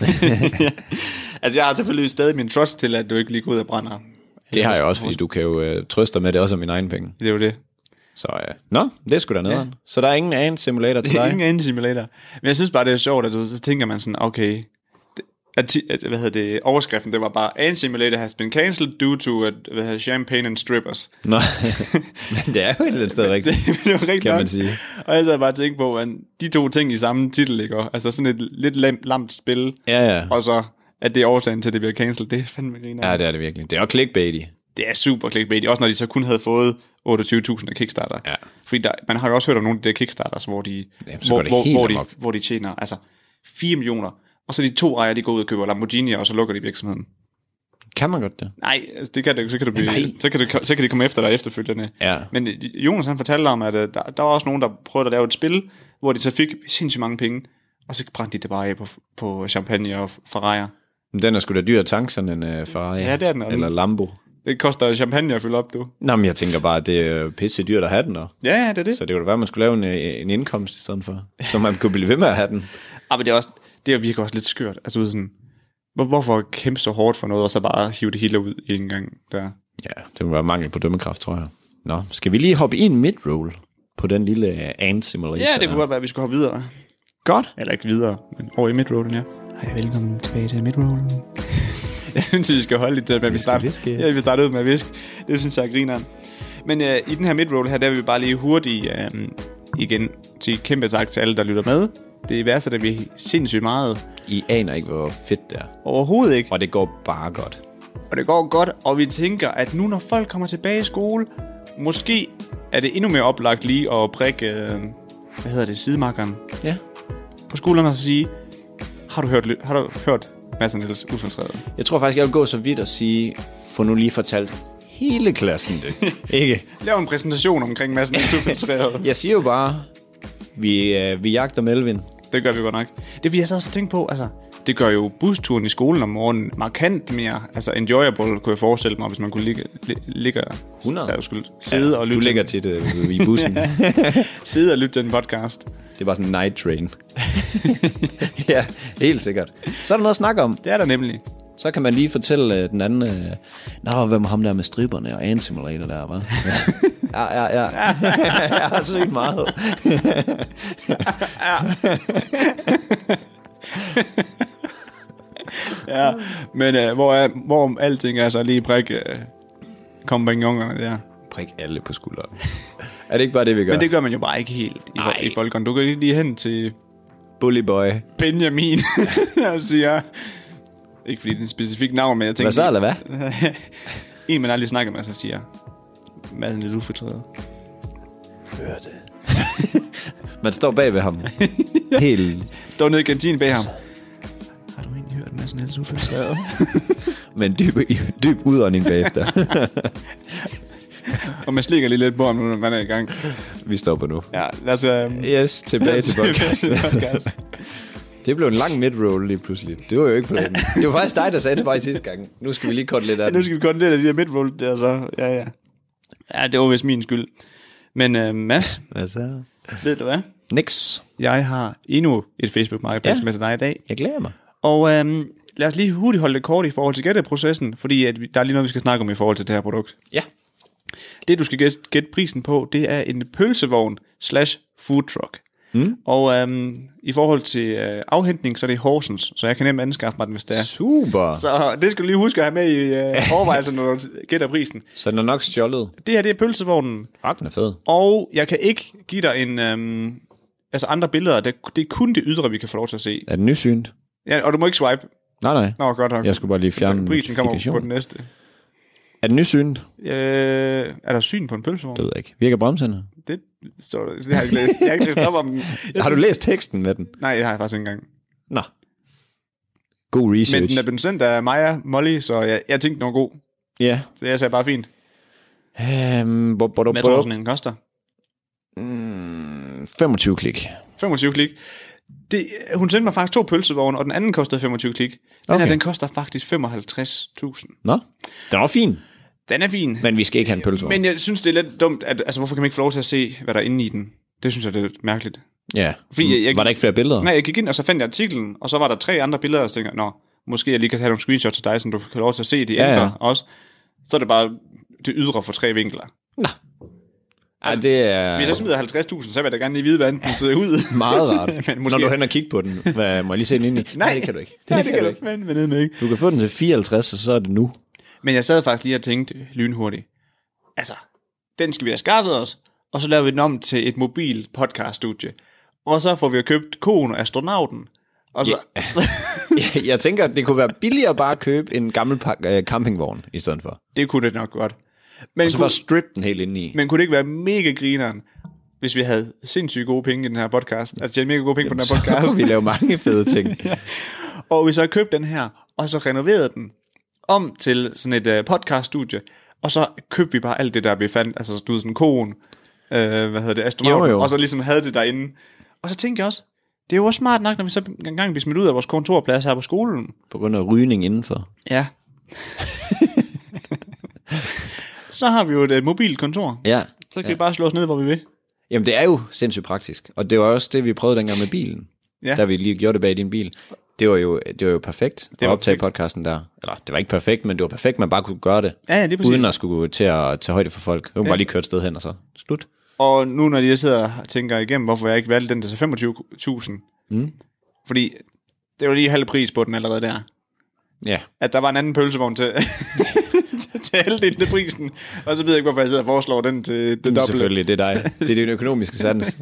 Altså jeg har selvfølgelig stadig min trust til, at du ikke lige går ud og brænder. Det har jeg også, fordi du kan jo øh, trøste dig med, det også er mine egne penge. Det er jo det. Så øh, nå, det er sgu da nederen. Ja. Så der er ingen Ant Simulator til Det er dig? ingen anden simulator. Men jeg synes bare, det er sjovt, at du, så tænker man sådan, okay, det, at, at, hvad hedder det, overskriften, det var bare, Ant Simulator has been cancelled due to at, hvad hedder, champagne and strippers. Nå, men det er jo et eller andet sted rigtigt, det, det var rigtig kan nok. man sige. Og jeg sad bare og tænkte på, at de to ting i samme titel, ikke? Altså sådan et lidt lam, lamt spil, Ja, ja. og så, at det er årsagen til, at det bliver cancelled, det er fandme griner. Ja, det er det virkelig. Det er jo clickbaity. Det er super clickbait, også når de så kun havde fået otteogtyve tusind af Kickstarter. Ja. Fordi der, man har jo også hørt om nogle af de der Kickstarters, hvor de, Jamen, så hvor, går det hvor, helt hvor, de, amok. hvor de tjener altså fire millioner, og så de to ejere, de går ud og køber Lamborghini, og så lukker de virksomheden. Kan man godt det? Nej, altså, det kan det, så kan du blive, Nej. så kan, det, så kan de komme efter dig efterfølgende. Ja. Men Jonas han fortalte om, at uh, der, der var også nogen, der prøvede at lave et spil, hvor de så fik sindssygt mange penge, og så brændte de det bare af på, på champagne og Ferrari. Men den er sgu da dyr at tanke, sådan en uh, Ferrari. Ja, det er den, og Eller den- Lambo. Det koster champagne at fylde op, du. Nå, men jeg tænker bare, at det er pisse dyrt at have den, og. Ja, ja, det er det. Så det kunne da være, at man skulle lave en, øh, en indkomst i stedet for. Så man kunne blive ved med at have den. Ah, men det er også, det er virkelig også lidt skørt. Altså du ved sådan, hvor, hvorfor kæmpe så hårdt for noget, og så bare hive det hele ud i en gang der. Ja, det må være mangel på dømmekraft, tror jeg. Nå, skal vi lige hoppe i en midroll på den lille ant simulator. Ja, det kunne godt være, at vi skulle hoppe videre. Godt. Eller ikke videre, men over i midrollen, ja. Hej, velkommen tilbage til midrollen. Jeg synes, vi skal holde lidt der, med vi starter. Ja, vi starter ud med at viske. Det synes jeg er grineren. Men uh, i den her midroll her, der vil vi bare lige hurtigt uh, igen sige kæmpe tak til alle, der lytter med. Det er værst, at vi sindssygt meget. I aner ikke, hvor fedt det er. Overhovedet ikke. Og det går bare godt. Og det går godt, og vi tænker, at nu når folk kommer tilbage i skole, måske er det endnu mere oplagt lige at prikke, uh, hvad hedder det, sidemarkeren. Ja. På skolerne og sige, har du hørt, har du hørt Mads og Niels Ufiltreret? Jeg tror faktisk, jeg vil gå så vidt og sige, få nu lige fortalt hele klassen det. Ikke? Lav en præsentation omkring Mads og Niels Ufiltreret. Jeg siger jo bare, vi, øh, vi jagter Melvin. Det gør vi godt nok. Det vil jeg så også tænke på, altså, det gør jo busturen i skolen om morgenen markant mere, altså enjoyable, kunne jeg forestille mig, hvis man kunne ligge, ligge hundrede der skulle sidde ja, og lytte. Du ligger til det i bussen. Sidde og lytte til en podcast. Det er bare sådan en night train. Ja, helt sikkert. Så er der noget at snakke om. Det er der nemlig. Så kan man lige fortælle uh, den anden, uh, nå, hvem ham der med stripperne og Ant Simulator der, hva'? Ja, ja, ja. Jeg har sygt meget. Ja. Ja, men uh, hvor, er, hvor alting er så lige prik uh, kompagnonerne der. Prik alle på skulderen. Er det ikke bare det, vi gør? Men det gør man jo bare ikke helt i, i folkeren. Du kan ikke lige hen til Bully Boy Benjamin og siger, ikke fordi det er en specifik navn, men jeg tænker... Hvad så, eller hvad? En, man aldrig snakker med, så siger Madsen lidt ufortrædet. Hør det. Man står bag ved ham. Helt... Står nede i kantinen bag ham. Har du egentlig hørt Madsen lidt ufortrædet? Men dyb, dyb udånding bagefter. Og man slikker lige lidt på ham nu, når man er i gang. Vi stopper nu. Ja, lad os... Um... Yes, tilbage til podcasten. Det blev en lang midroll lige pludselig. Det var jo ikke planen. Det var faktisk dig, der sagde det bare i sidste gang. Nu skal vi lige korte lidt af ja, den. Nu skal vi korte lidt af de her midroll der, så... Ja, ja. Ja, det var vist min skyld. Men uh, Mads... Hvad så? Ved du hvad? Niks. Jeg har endnu et Facebook-marketplads ja. med dig i dag. Jeg glæder mig. Og øhm, lad os lige hurtigt holde det kort i forhold til gætteprocessen, fordi at vi, der er lige noget, vi skal snakke om i forhold til det her produkt. Ja. Det, du skal gætte, gætte prisen på, det er en pølsevogn slash food truck. Mm. Og øhm, i forhold til øh, afhentning, så er det Horsens, så jeg kan nemt anskaffe mig den, hvis det er. Super. Så det skal du lige huske at have med i øh, overvejelsen, når du gætter prisen. Så den er nok stjålet. Det her, det er pølsevognen. Fuck, den er fed. Og jeg kan ikke give dig en... Øhm, altså andre billeder, det, det er kun det ydre, vi kan få lov til at se. Er den nysynet? Ja, og du må ikke swipe. Nej, nej. Nå, godt nok. Jeg skulle bare lige fjerne prisen kommer på den næste. Er den nysynet? Øh, er der syn på en pølsevogn? Det ved jeg ikke. Virker bremserne? Det, så, det har jeg ikke læst. Jeg har ikke læst op om den. Jeg har du læst teksten med den? Nej, det har jeg faktisk ikke engang. Nå. God research. Men den er blevet sendt af Maja Molly, så jeg, jeg tænkte, den var god. Ja. Yeah. Så jeg sagde bare fint. Um, bo, bo, bo, Hvad tror du, sådan en koster? Mm, femogtyve klik. femogtyve klik. Det, hun sendte mig faktisk to pølsevogne, og den anden kostede femogtyve klik. Den okay. her, den koster faktisk femoghalvtreds tusind. Nå, den er fin. Den er fin. Men vi skal ikke have en pølsevogn. Men jeg synes, det er lidt dumt, at, altså hvorfor kan man ikke få lov til at se, hvad der er inde i den? Det synes jeg, det er lidt mærkeligt. Ja, Fordi jeg, jeg, var der ikke flere billeder? Nej, jeg gik ind, og så fandt jeg artiklen, og så var der tre andre billeder, og så tænkte jeg, nå, måske jeg lige kan have nogle screenshots til dig, så du kan lov til at se de ja, ældre ja. også. Så er det bare det ydre for tre vinkler. Nå. Altså, det er... Hvis jeg smider halvtreds tusind, så vil jeg da gerne lige vide, hvordan den ser ud. Meget rart. Men måske... Når du hen og kigge på den, hvad, må jeg lige se den ind i? Nej, Nej, det kan du ikke. Det, Nej, det, det kan, kan du ikke. Men, men, men, ikke. Du kan få den til fireoghalvtreds, og så er det nu. Men jeg sad faktisk lige og tænkte lynhurtigt. Altså, den skal vi have skaffet os, og så laver vi den om til et mobil podcaststudie. Og så får vi købt koen og astronauten. Og så... Ja. Jeg tænker, det kunne være billigere bare at købe en gammel campingvogn i stedet for. Det kunne det nok godt. Men og så kunne... bare strip den helt ind i. Men kunne det ikke være mega grineren, hvis vi havde sindssygt gode penge i den her podcast? Altså, jeg havde mega gode penge Jamen, på den her podcast. Vi laver mange fede ting. Ja. Og vi så købt den her, og så renoverede den om til sådan et uh, podcaststudie, og så købte vi bare alt det der, vi fandt, altså du ved, sådan koen, uh, hvad hedder det, astronauten, og så ligesom havde det derinde. Og så tænkte jeg også, det er jo også smart nok, når vi så engang bliver smidt ud af vores kontorplads her på skolen. På grund af rygning indenfor. Ja. Så har vi jo et, et mobilt kontor. Ja. Så kan ja. vi bare slå os ned, hvor vi vil. Jamen, det er jo sindssygt praktisk. Og det var også det, vi prøvede dengang med bilen. Ja. Da vi lige gjorde det bag din bil. Det var jo, det var jo perfekt det at optage perfekt. Podcasten der. Eller, det var ikke perfekt, men det var perfekt, man bare kunne gøre det. Ja, ja, det er præcis. Uden at skulle til at tage højde for folk. Vi kunne ja. bare lige køre et sted hen, og så slut. Og nu når jeg sidder og tænker igennem, hvorfor jeg ikke valgte den til femogtyve tusind. Mm. Fordi det var lige halv pris på den allerede der. Ja. At der var en anden pølsevogn til, til halvdelen af prisen. Og så ved jeg ikke, hvorfor jeg sidder og foreslår den til det dobbelte. Selvfølgelig, det er dig. Det er din økonomiske sans.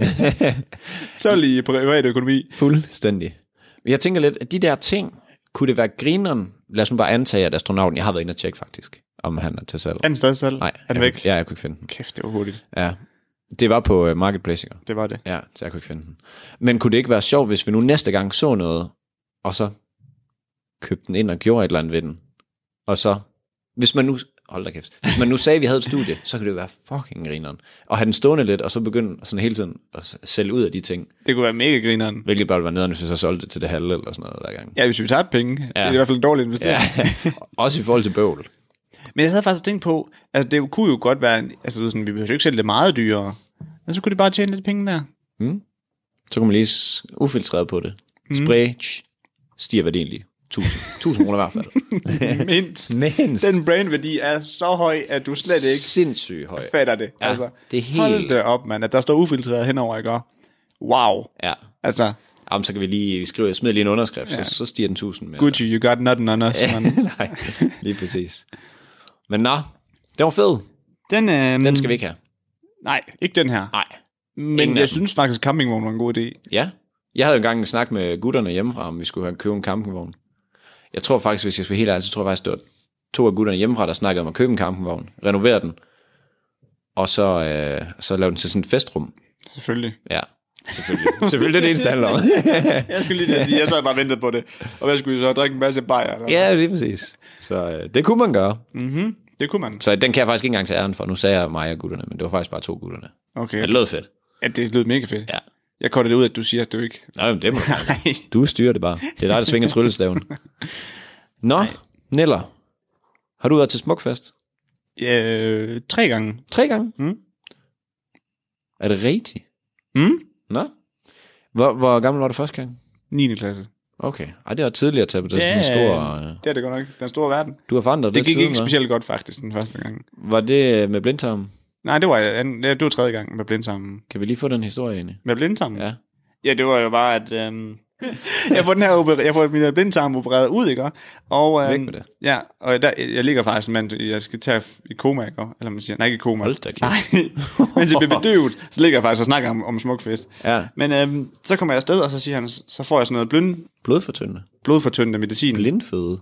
Så lige privat økonomi. Fuldstændig. Jeg tænker lidt, at de der ting, kunne det være grineren? Lad os nu bare antage, at astronauten, jeg har været inde og tjekke faktisk, om han er til salg. Er den stadig salg? Nej, er den jeg, væk? Ja, jeg kunne ikke finde den. Kæft, det var hurtigt. Ja, det var på uh, Marketplace, ikke? Det var det. Ja, så jeg kunne ikke finde den. Men kunne det ikke være sjovt, hvis vi nu næste gang så noget, og så købte den ind og gjorde et eller andet ved den, og så, hvis man nu, hold da kæft, hvis man nu sagde, at vi havde et studie, så kunne det jo være fucking grineren. Og have den stående lidt, og så begynde sådan hele tiden at sælge ud af de ting. Det kunne være mega grineren. Hvilket bare ville være nederen, hvis vi så solgte det til det halve eller sådan noget hver gang. Ja, hvis vi tager penge. Ja. Det er i hvert fald en dårlig investering. Ja. Også i forhold til bøvl. Men jeg havde faktisk tænkt på, altså det kunne jo godt være, altså sådan, vi behøver jo ikke sælge det meget dyrere. Men så kunne de bare tjene lidt penge der. Mm. Så kunne man lige ufiltreret på det. Spray, mm. tsch, stiger værdien lige. Tusind. Tusind kroner i hvert fald. Mindst. Mindst. Den brandværdi er så høj, at du slet ikke sindssygt høj. fatter det. Ja, altså, det er helt... Hold det op, mand, at der står ufiltreret henover, ikke? Wow. Ja. Altså... Jamen, så kan vi lige vi skrive, smide lige en underskrift, ja. så, så stiger den tusind mere. Gucci, you got nothing on us, man. Nej, lige præcis. Men nå, den var fed. Den, øhm... den skal vi ikke have. Nej, ikke den her. Nej. Men Ingen jeg synes faktisk, campingvogn var en god idé. Ja. Jeg havde engang en snak med gutterne hjemmefra, om vi skulle have købe en campingvogn. Jeg tror faktisk, hvis jeg skal være helt ærlig, så tror jeg faktisk, det var to af gutterne hjemmefra, der snakkede om at købe en campingvogn, renovere den, og så, øh, så lave den til sådan et festrum. Selvfølgelig. Ja, selvfølgelig. Selvfølgelig det er det eneste, handler om. Jeg skulle lige sige, jeg sad bare og ventede på det. Og hvad skulle I så drikke en masse bajer? Eller? Ja, lige præcis. Så øh, det kunne man gøre. Mhm, det kunne man. Så den kan jeg faktisk ikke engang tage æren for. Nu sagde jeg mig og gutterne, men det var faktisk bare to gutterne. Okay. Men det lød fedt. Ja, det lød mega fedt. Ja. Jeg korter det ud, at du siger, at du ikke... Nej, men det må du. Du styrer det bare. Det er dig, der svinger tryllestaven. Nå, Nej. Neller. Har du været til Smukfest? Øh, tre gange. Tre gange? Mm. Er det rigtigt? Mm? Nå. Hvor, hvor gammel var du første gang? niende klasse. Okay. Ej, det var tidligere at tage på det. Det er, sådan en stor, øh... det er det godt nok. Den store verden. Du har forandret det. Det gik siden, ikke specielt godt faktisk den første gang. Var det med blindtarmen? Nej, det var, anden, det var tredje gang med blindtarmen. Kan vi lige få den historie egentlig? Med blindtarmen? Ja. Ja, det var jo bare, at... Øhm, jeg får den her oper- jeg får min blindtarm opereret ud, ikke? Og, øhm, Væk med det. Ja, og der, jeg ligger faktisk, mand, jeg skal tage i koma, ikke? Eller man siger, nej, ikke i koma. Hold da kæft. Nej, mens jeg bliver bedøvet, så ligger jeg faktisk og snakker om, om Smukfest. Ja. Men øhm, så kommer jeg afsted, og så siger han, så får jeg sådan noget blind... Blodfortyndende. Blodfortyndende medicin. Blindføde.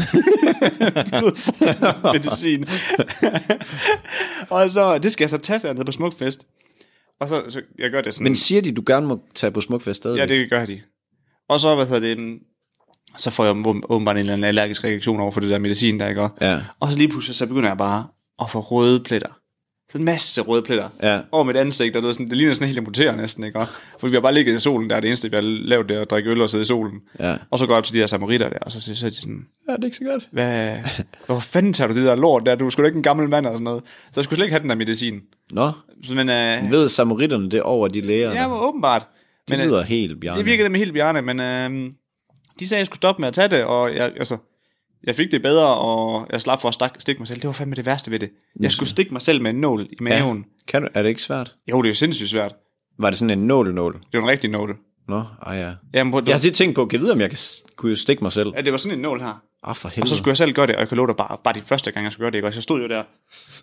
Blodfortyndende medicin. Og så, det skal jeg så tage ned på Smukfest. Og så, så jeg gør det sådan... Men siger de, du gerne må tage på Smukfest stadig? Ja, det gør de. Og så, hvad hedder det, så får jeg åbenbart en eller anden allergisk reaktion over for det der medicin, der ikke går. Ja. Og så lige pludselig, så begynder jeg bare at få røde pletter. Så en masse røde pletter. Ja. Over mit ansigt, og det, sådan, det ligner sådan helt amputeret næsten, ikke? For vi har bare ligget i solen, der er det eneste, vi har lavet det, at drikke øl og sidde i solen. Ja. Og så går jeg op til de her samaritter der, og så siger de sådan... Ja, det er ikke så godt. Hvad, hvor fanden tager du det der lort der? Du er sgu da ikke en gammel mand og sådan noget. Så jeg skulle slet ikke have den der medicin. Nå, så, men, øh, ved samaritterne det over de læger? Ja, åbenbart. Det men, lyder helt bjarne. Det virker det med helt bjarne, men øh, de sagde, at jeg skulle stoppe med at tage det, og jeg, altså, jeg fik det bedre, og jeg slap for at stik, stikke mig selv. Det var fandme det værste ved det. Jeg skulle stikke mig selv med en nål i maven. Ja. Kan du, er det ikke svært? Jo, det er jo sindssygt svært. Var det sådan en nål-nål? Det var en rigtig nål. Nå, ej ja. Jamen, prøv, jeg har tit tænkt på, kan jeg vide, om jeg kan, kunne stikke mig selv? Ja, det var sådan en nål her. Ah, for helvede. Og så skulle jeg selv gøre det, og jeg kan love dig bare, bare de første gang, jeg skulle gøre det, ikke? Og jeg stod jo der.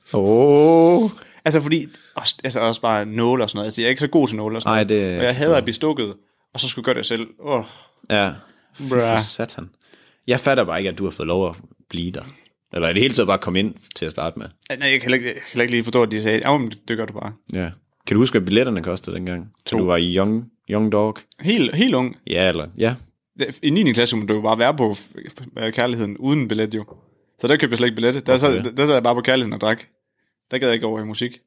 Åh. Oh. Altså fordi, også, altså også bare nåle og sådan noget. Altså, jeg er ikke så god til nåle og sådan Ej, noget. det og jeg hader at blive stukket, og så skulle jeg gøre det selv. Oh. Ja, for satan. Jeg fatter bare ikke, at du har fået lov at blive der. Eller i det hele taget bare komme ind til at starte med. Nej, jeg kan ikke, jeg kan ikke lige forstå, at de sagde, ja, men det gør du bare. Ja. Kan du huske, hvad billetterne kostede dengang? Så du var i young, young dog? Helt, helt ung. Ja, eller, ja. I niende klasse kunne du jo bare være på kærligheden uden billet jo. Så der købte jeg slet ikke billet. Der sad, der sad jeg bare på kærligheden og drak. Der gad jeg ikke over i musik.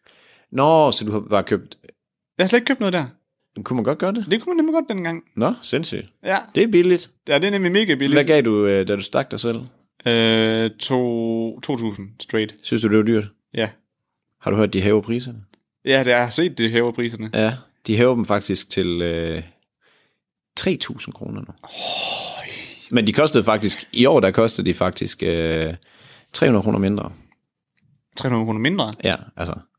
Nå, så du har bare købt... Jeg har slet ikke købt noget der. Kunne man godt gøre det? Det kunne man nemlig godt dengang. Nå, sindssygt. Ja. Det er billigt. Ja, det er nemlig mega billigt. Hvad gav du, da du stak dig selv? Øh, to, to tusind straight. Synes du, det var dyrt? Ja. Har du hørt, de hæver priserne? Ja, det har set, de hæver priserne. Ja, de hæver dem faktisk til øh, tre tusind kroner nu. Oh. Men de kostede faktisk, i år der kostede de faktisk øh, tre hundrede kroner mindre. tre hundrede kroner mindre? Ja, altså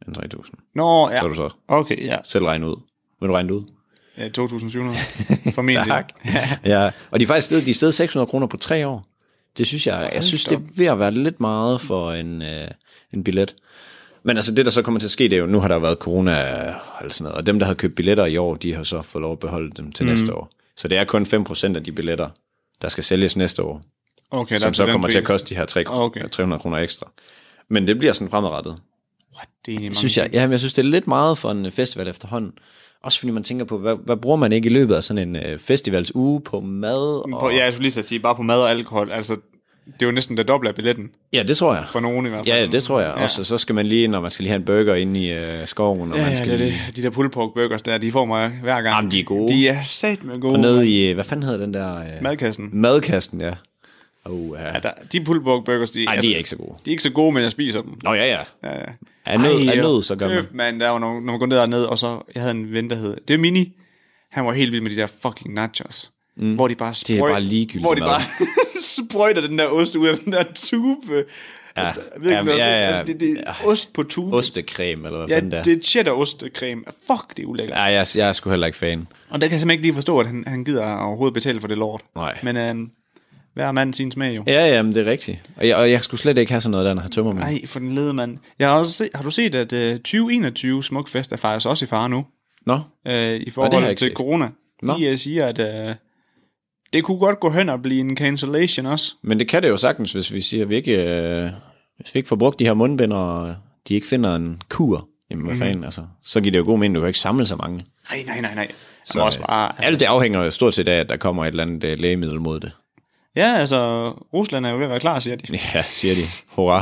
end tre tusind. Nå, ja. Så er du så Okay, ja. selv regne ud. Vil du regne det ud? Ja, to tusind syv hundrede. Formentlig. Tak. Ja. Og de er faktisk stedet, de er stedet seks hundrede kroner på tre år. Det synes jeg, jeg synes, det er ved at være lidt meget for en, øh, en billet. Men altså det, der så kommer til at ske, det er jo, nu har der været corona og sådan noget, og dem, der har købt billetter i år, de har så fået lov at beholde dem til mm. næste år. Så det er kun fem procent af de billetter, der skal sælges næste år, okay, som så kommer pris. til at koste de her tre hundrede kroner ekstra. Men det bliver sådan fremadrettet. What? Det er mange synes jeg, ja, jeg synes, det er lidt meget for en festival efterhånden. Også fordi man tænker på, hvad, hvad bruger man ikke i løbet af sådan en øh, festivals uge på mad? Og... På, ja, jeg skulle lige så sige, bare på mad og alkohol. Altså, det er jo næsten det dobbelte af billetten. Ja, det tror jeg. For nogen i hvert fald. Ja, det tror jeg. Ja. Også så skal man lige, når man skal lige have en burger inde i øh, skoven. Og ja, man skal ja, det, lige... de der pulled pork burgers der, de får mig hver gang. Jamen, de er gode. De er satme gode. Og nede i, hvad fanden hedder den der? Øh... Madkassen. Madkassen, ja. Uh, ja. Ja, der, de pulled pork burgers, de, Ej, altså, de er ikke så gode. De er ikke så gode, men jeg spiser dem. Nå, ja, ja. Ja, ja. Er nød, er nød så gør man. Køft, man, der var nogle, når man går ned og ned, og så, jeg havde en ven, der hed, det er Mini, han var helt vild med de der fucking nachos. Mm. Hvor de bare sprøjter, det er bare ligegyldigt hvor de bare sprøjter den der ost ud af den der tube. Ja, virkelig, ja, ja, ja. Altså, det, det er ost på tube. Ostecreme, eller hvad ja, fanden der. det er cheddar ostekræme. Fuck, det er ulækkert. Ja, jeg, jeg er sgu heller ikke fan. Og der kan jeg simpelthen ikke lige forstå, at han, han gider overhovedet betale for det lort. Nej. Men øh, hver mand sin smag jo. Ja, ja, men det er rigtigt. Og jeg, og jeg skulle slet ikke have sådan noget der, når jeg tømmer mig. Nej, for den lede mand. Jeg har, også set, har du set, at uh, tyve enogtyve Smukfest er faktisk også i fare nu? Nå. Uh, I forhold til set. Corona. Nå. De uh, siger, at uh, det kunne godt gå hen og blive en cancellation også. Men det kan det jo sagtens, hvis vi siger, at vi ikke, øh, hvis vi ikke får brugt de her mundbinder, og de ikke finder en kur. Jamen, hvad mm. fanden, altså. Så giver det jo god mening, du kan ikke samle så mange. Nej, nej, nej, nej. Så også bare, altså, alt det afhænger jo stort set af, at der kommer et eller andet uh, lægemiddel mod det. Ja, altså, Rusland er jo ved at være klar, siger de. Ja, siger de. Hurra.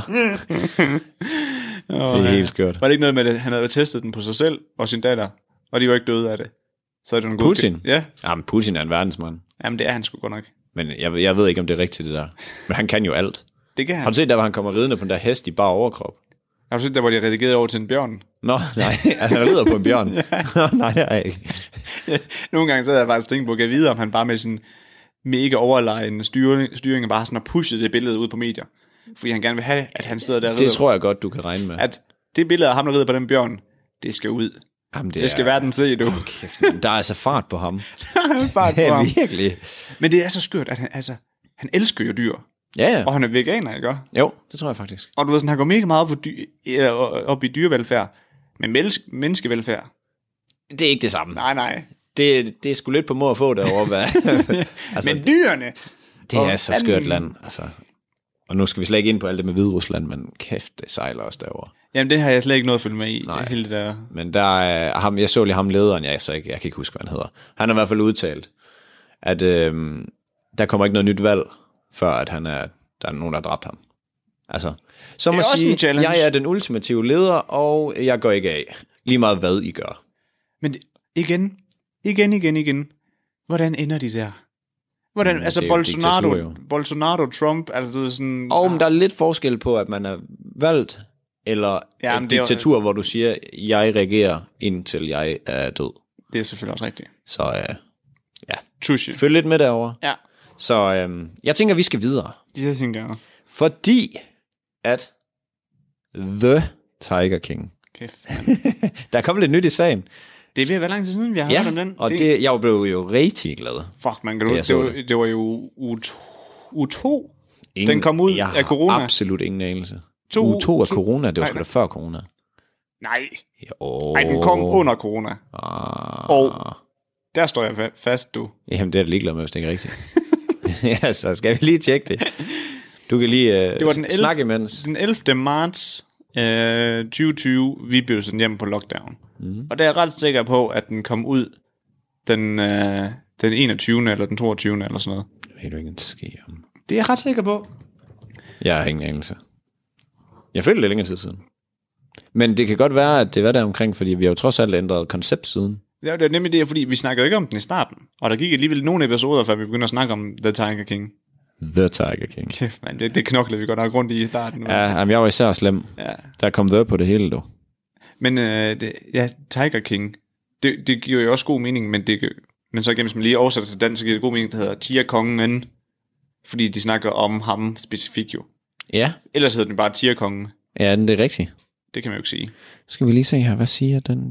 oh, det er helt skørt. Var det ikke noget med, at han havde testet den på sig selv og sin datter, og de var ikke døde af det? Så er det en god Putin? Ja. Jamen, Putin er en verdensmand. Jamen, det er han sgu godt nok. Men jeg, jeg ved ikke, om det er rigtigt, det der. Men han kan jo alt. Det kan han. Har du set der, hvor han kommer ridende på den der hest i bare overkrop? Har du set der, hvor de redigerede over til en bjørn? Nå, nej, han rider på en bjørn. nej, jeg er ikke. Nogle gange så havde jeg faktisk tænkt på at gå videre, om han bare med sin mega overlegen styring, styring bare sådan har pushet det billede ud på medier. Fordi han gerne vil have, at han sidder der og rider. Det tror jeg godt, du kan regne med. At det billede af ham, der rider på den bjørn, det skal ud. Jamen, det, det skal er... verden se, du. Kæft, der er altså fart på ham. fart på det er ham. virkelig. Men det er så skørt, at han, altså, han elsker jo dyr. Ja, ja. Og han er veganer, ikke? Jo, det tror jeg faktisk. Og du ved sådan, han går mega meget op, for dy- op i dyrevelfærd. Men menneske- menneskevelfærd. Det er ikke det samme. Nej, nej. Det, det er sgu lidt på må at få derovre. Hvad? altså, men dyrene. Det er så skørt land, altså. Og nu skal vi slet ikke ind på alt det med Hviderusland, men kæft, det sejler også derovre. Jamen, det har jeg slet ikke noget at følge med i. Nej, hele det der. Men der er ham, jeg så lige ham lederen, jeg, så ikke, jeg kan ikke huske, hvad han hedder. Han har i hvert fald udtalt, at øhm, der kommer ikke noget nyt valg, før at han er, der er nogen, der har dræbt ham. Altså, så må sige, jeg er den ultimative leder, og jeg går ikke af. Lige meget hvad I gør. Men det, igen, igen, igen, igen. Hvordan ender de der? Hvordan, mm, altså Bolsonaro, Bolsonaro, Trump, altså det er sådan... Og men der er lidt forskel på, at man er valgt, eller ja, et diktatur, jo... hvor du siger, jeg regerer, indtil jeg er død. Det er selvfølgelig også rigtigt. Så øh, ja, Tushy. Følg lidt med derovre. Ja. Så øh, jeg tænker, vi skal videre. Det tænker jeg. Fordi at The Tiger King. Kæft. Der er kommet lidt nyt i sagen. Det er ved at være lang tid siden, vi har ja, hørt om den. og det... Det, jeg blev jo rigtig glad. Fuck, man kan det, det, var, det var jo U to. Ingen, den kom ud af corona. Absolut ingen anelse. U to af corona, det var sgu da før corona. Nej. Jo. Nej, den kom under corona. Ah. Og der står jeg fast, du. Jamen, det er jeg ligeglad med, hvis det ikke er rigtigt. Ja, så skal vi lige tjekke det. Du kan lige uh, det var den snakke imens. Den ellevte marts øh, tyve tyve, vi blev sendt hjem på lockdown. Mm. Og der er jeg ret sikker på, at den kom ud den, øh, den enogtyvende eller den toogtyvende eller sådan noget. Det ved du ikke, det sker om. Det er jeg ret sikker på. Jeg har ingen anelse. Jeg følte det længere tid siden. Men det kan godt være, at det var der omkring, fordi vi har jo trods alt ændret koncept siden. Ja, det er nemlig det, fordi vi snakkede ikke om den i starten. Og der gik alligevel nogle episoder, før vi begyndte at snakke om The Tiger King. The Tiger King. Kæft, man, det, det knoklede vi godt nok rundt i starten. Ja, jamen, jeg var især slem. Ja. Der kom The på det hele, du. Men øh, det, ja, Tiger King, det, det giver jo også god mening, men, det, men så igen, hvis man lige oversætter til dansk, så giver det god mening, der hedder Tigerkongen, fordi de snakker om ham specifikt jo. Ja. Ellers hedder den bare Tigerkongen. Ja, det er rigtigt. Det kan man jo ikke sige. Skal vi lige se her, hvad siger den?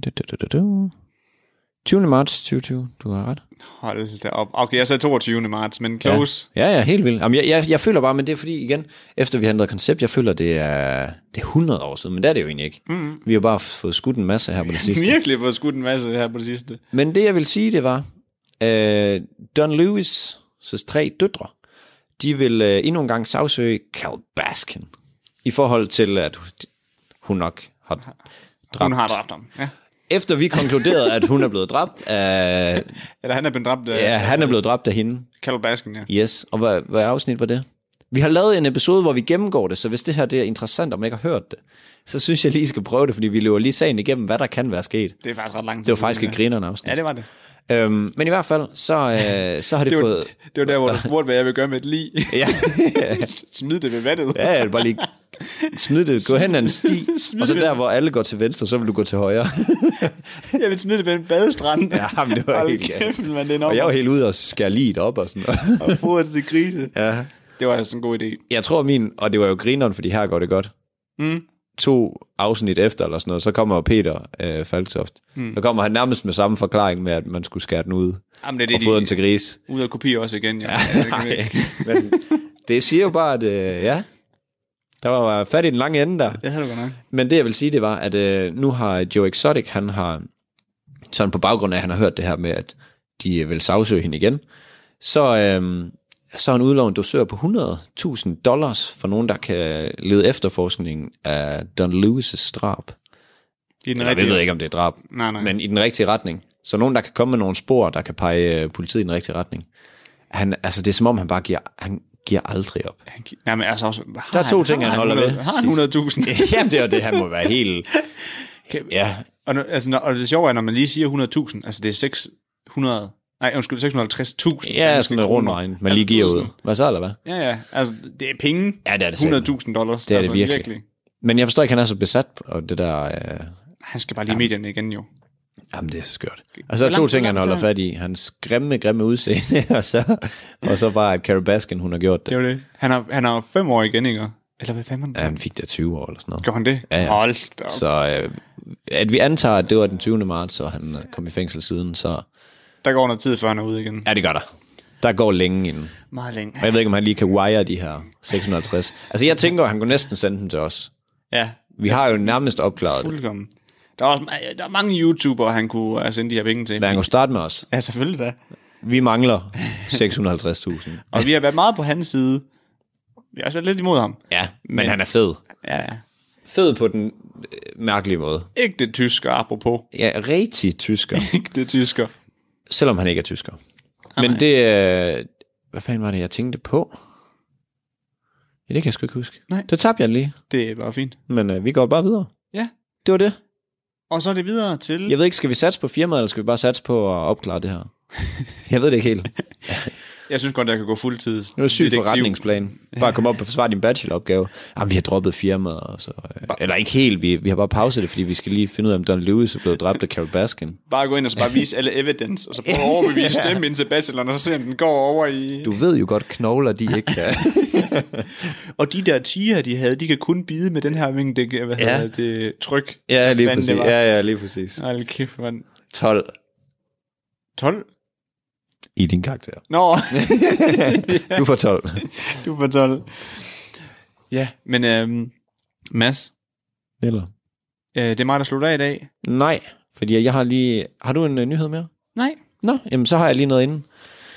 tyvende marts tyve tyve, du har ret. Hold da op. Okay, jeg sagde toogtyvende marts, men close. Ja, ja, ja helt vildt. Jamen, jeg, jeg, jeg føler bare, men det er fordi, igen, efter vi har ændret koncept, jeg føler, det er, det er hundrede år siden, men det er det jo egentlig ikke. Mm-hmm. Vi har bare fået skudt en masse her på det sidste. Vi har virkelig fået skudt en masse her på det sidste. Men det, jeg vil sige, det var, øh, Don Lewis' tre døtre, de vil øh, endnu en gang sagsøge Carole Baskin, i forhold til, at hun nok har dræbt. Hun har dræbt ham, ja. Efter vi konkluderede, at hun er blevet dræbt af... Eller han er blevet dræbt af... Ja, han er blevet dræbt af hende. Carole Baskin, ja. Yes, og hvad, hvad afsnit var det? Vi har lavet en episode, hvor vi gennemgår det, så hvis det her det er interessant, og man ikke har hørt det, så synes jeg lige, I skal prøve det, fordi vi løber lige sagen igennem, hvad der kan være sket. Det er faktisk ret langt. Det var faktisk et grinerende afsnit. Ja, det var det. Øhm, men i hvert fald, så, øh, så har det, det var, fået... Det var der, hvor du spurgte, hvad jeg vil gøre med et lig. Ja. Smid det ved vandet. Ja, jeg vil bare lige smid det, gå hen ad en sti, og så der, hvor alle går til venstre, så vil du gå til højre. Jeg vil smide det ved en badestrand. Ja, men det var Hold helt kæft, man, det er og jeg var helt ude og skære liget op og sådan noget. Og få det til grise. Ja. Det var altså en god idé. Jeg tror min, og det var jo grineren, fordi her går det godt. Mm. To afsnit efter eller sådan noget, så kommer Peter øh, Falktoft. Mm. Så kommer han nærmest med samme forklaring med, at man skulle skære den ud. Jamen, det er det, og få de, den til gris. Ud af kopi også igen, ja. Nej, men det siger jo bare, at øh, ja, der var fat i den lange ende der. Det havde du godt nok. Men det jeg vil sige, det var, at øh, nu har Joe Exotic, han har, sådan på baggrund af, at han har hørt det her med, at de vil sagsøge hende igen, så, øh, så har han udlovet en dosør på hundrede tusind dollars for nogen, der kan lede efterforskning af Don Lewis' drab. I den Eller, rigtige... jeg ved ikke, om det er drab, nej, nej. men i den rigtige retning. Så nogen, der kan komme med nogle spor, der kan pege politiet i den rigtige retning. Han, altså, det er som om, han bare giver, han giver aldrig op. Ja, men altså også, der er to han, ting, han, han holder hundrede, ved. Har han hundrede tusind? Jamen, det er det, han må være helt... Ja. Og, altså, når, og det sjove er, når man lige siger hundrede tusind, altså det er seks hundrede... Nej, undskyld, seks hundrede og halvtreds tusind. Ja, sådan en rundregn, man lige giver ud. Hvad så, eller hvad? Ja, ja, altså det er penge. Ja, det er det hundrede tusind dollars. Det er altså, det virkelig. virkelig. Men jeg forstår ikke, han er så besat på det der... Øh... Han skal bare lige ja. medierne igen, jo. Jamen, det er skørt. Altså, der er to ting, han holder fat i. Hans grimme, grimme udseende, og så, og så bare, at Carole Baskin, hun har gjort det. Det var det. Han har, han har fem år igen, ikke? Eller hvad fanden? Ja, han fik det tyve år eller sådan noget. Gjorde han det? Ja, ja. Hold da op. Så øh, at vi antager, at det var den tyvende marts, og han kom i fængsel siden, så... Der går noget tid, før han er ude igen. Ja, det gør der. Der går længe inden. Meget længe. Og jeg ved ikke, om han lige kan wire de her seks hundrede og halvtreds. Altså, jeg tænker, at han kunne næsten sende dem til os. Ja. Vi har jo nærmest opklaret det. Fuldkommen. Der er, også, der er mange YouTubere, han kunne sende de her penge til. Hvad han kunne starte med os? Ja, selvfølgelig da. Vi mangler seks hundrede og halvtreds tusind. Og vi har været meget på hans side. Vi har også været lidt imod ham. Ja, men, men han er fed. Ja, ja. Fed på den øh, mærkelige måde. Ikke det tysker, apropos. Ja, rigtig tysker. Ikke det tysker. Selvom han ikke er tysker. Ah, men nej. det... Øh, hvad fanden var det, jeg tænkte på? Ja, det kan jeg sgu ikke huske. Nej. Det tabte jeg lige. Det er bare fint. Men øh, vi går bare videre. Ja. Det var det. Og så er det videre til... Jeg ved ikke, skal vi satse på firmaet, eller skal vi bare satse på at opklare det her? Jeg ved det ikke helt. Jeg synes godt, at jeg kan gå fuldtid. Nu er det syg forretningsplan. Bare komme op og forsvare din bacheloropgave. Jamen, vi har droppet firmaet. Og så, øh, eller ikke helt, vi, vi har bare pauset det, fordi vi skal lige finde ud af, om Don Lewis er blevet dræbt af Carole Baskin. Bare gå ind og så bare vise alle evidence, og så prøve at overbevise ja. dem ind til bacheloren, og så se, om den går over i... Du ved jo godt, knogler de ikke kan. Og de der tiger, de havde, de kan kun bide med den her mængde, hvad ja. hedder det, tryk. Ja, lige præcis. Ja, ja, lige præcis. Hold kæft, man. tolv. tolv? I din karakter. Nå. Du får tolv. Du får tolv. Ja, men øhm, Mads. Eller? Øh, det er mig, der slutter af i dag. Nej, fordi jeg har lige... Har du en uh, nyhed mere? Nej. Nå, jamen så har jeg lige noget inden.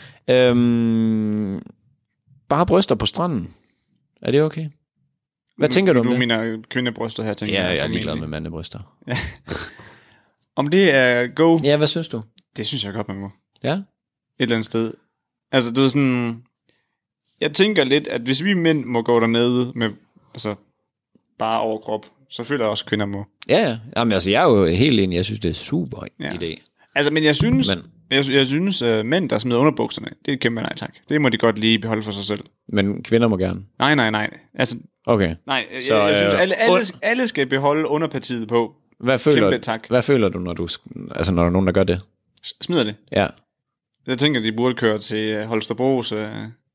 Øhm, bare bryster på stranden. Er det okay? Hvad tænker du om du, det? Du mener kvindebryster her, tænker ja, jeg. Ja, jeg er ligeglad med mandebryster. Ja. Om det er go? Ja, hvad synes du? Det synes jeg godt, man må. Ja? Et eller andet sted. Altså, du er sådan... Jeg tænker lidt, at hvis vi mænd må gå dernede med altså, bare overkrop, så føler jeg også, at kvinder må. Ja, ja. Jamen, altså, jeg er jo helt enig. Jeg synes, det er super ja. idé. Altså, men jeg synes, men... jeg, jeg synes uh, mænd, der smider underbukserne, det er et kæmpe nej tak. Det må de godt lige beholde for sig selv. Men kvinder må gerne? Nej, nej, nej. Altså, okay. Nej, jeg, så, jeg, jeg synes, alle, alle, alle skal beholde underpartiet på. Hvad føler, kæmpe tak. Hvad føler du, når du, altså, når der er nogen, der gør det? Smider det? Ja. Jeg tænker, de burde køre til Holstebros uh,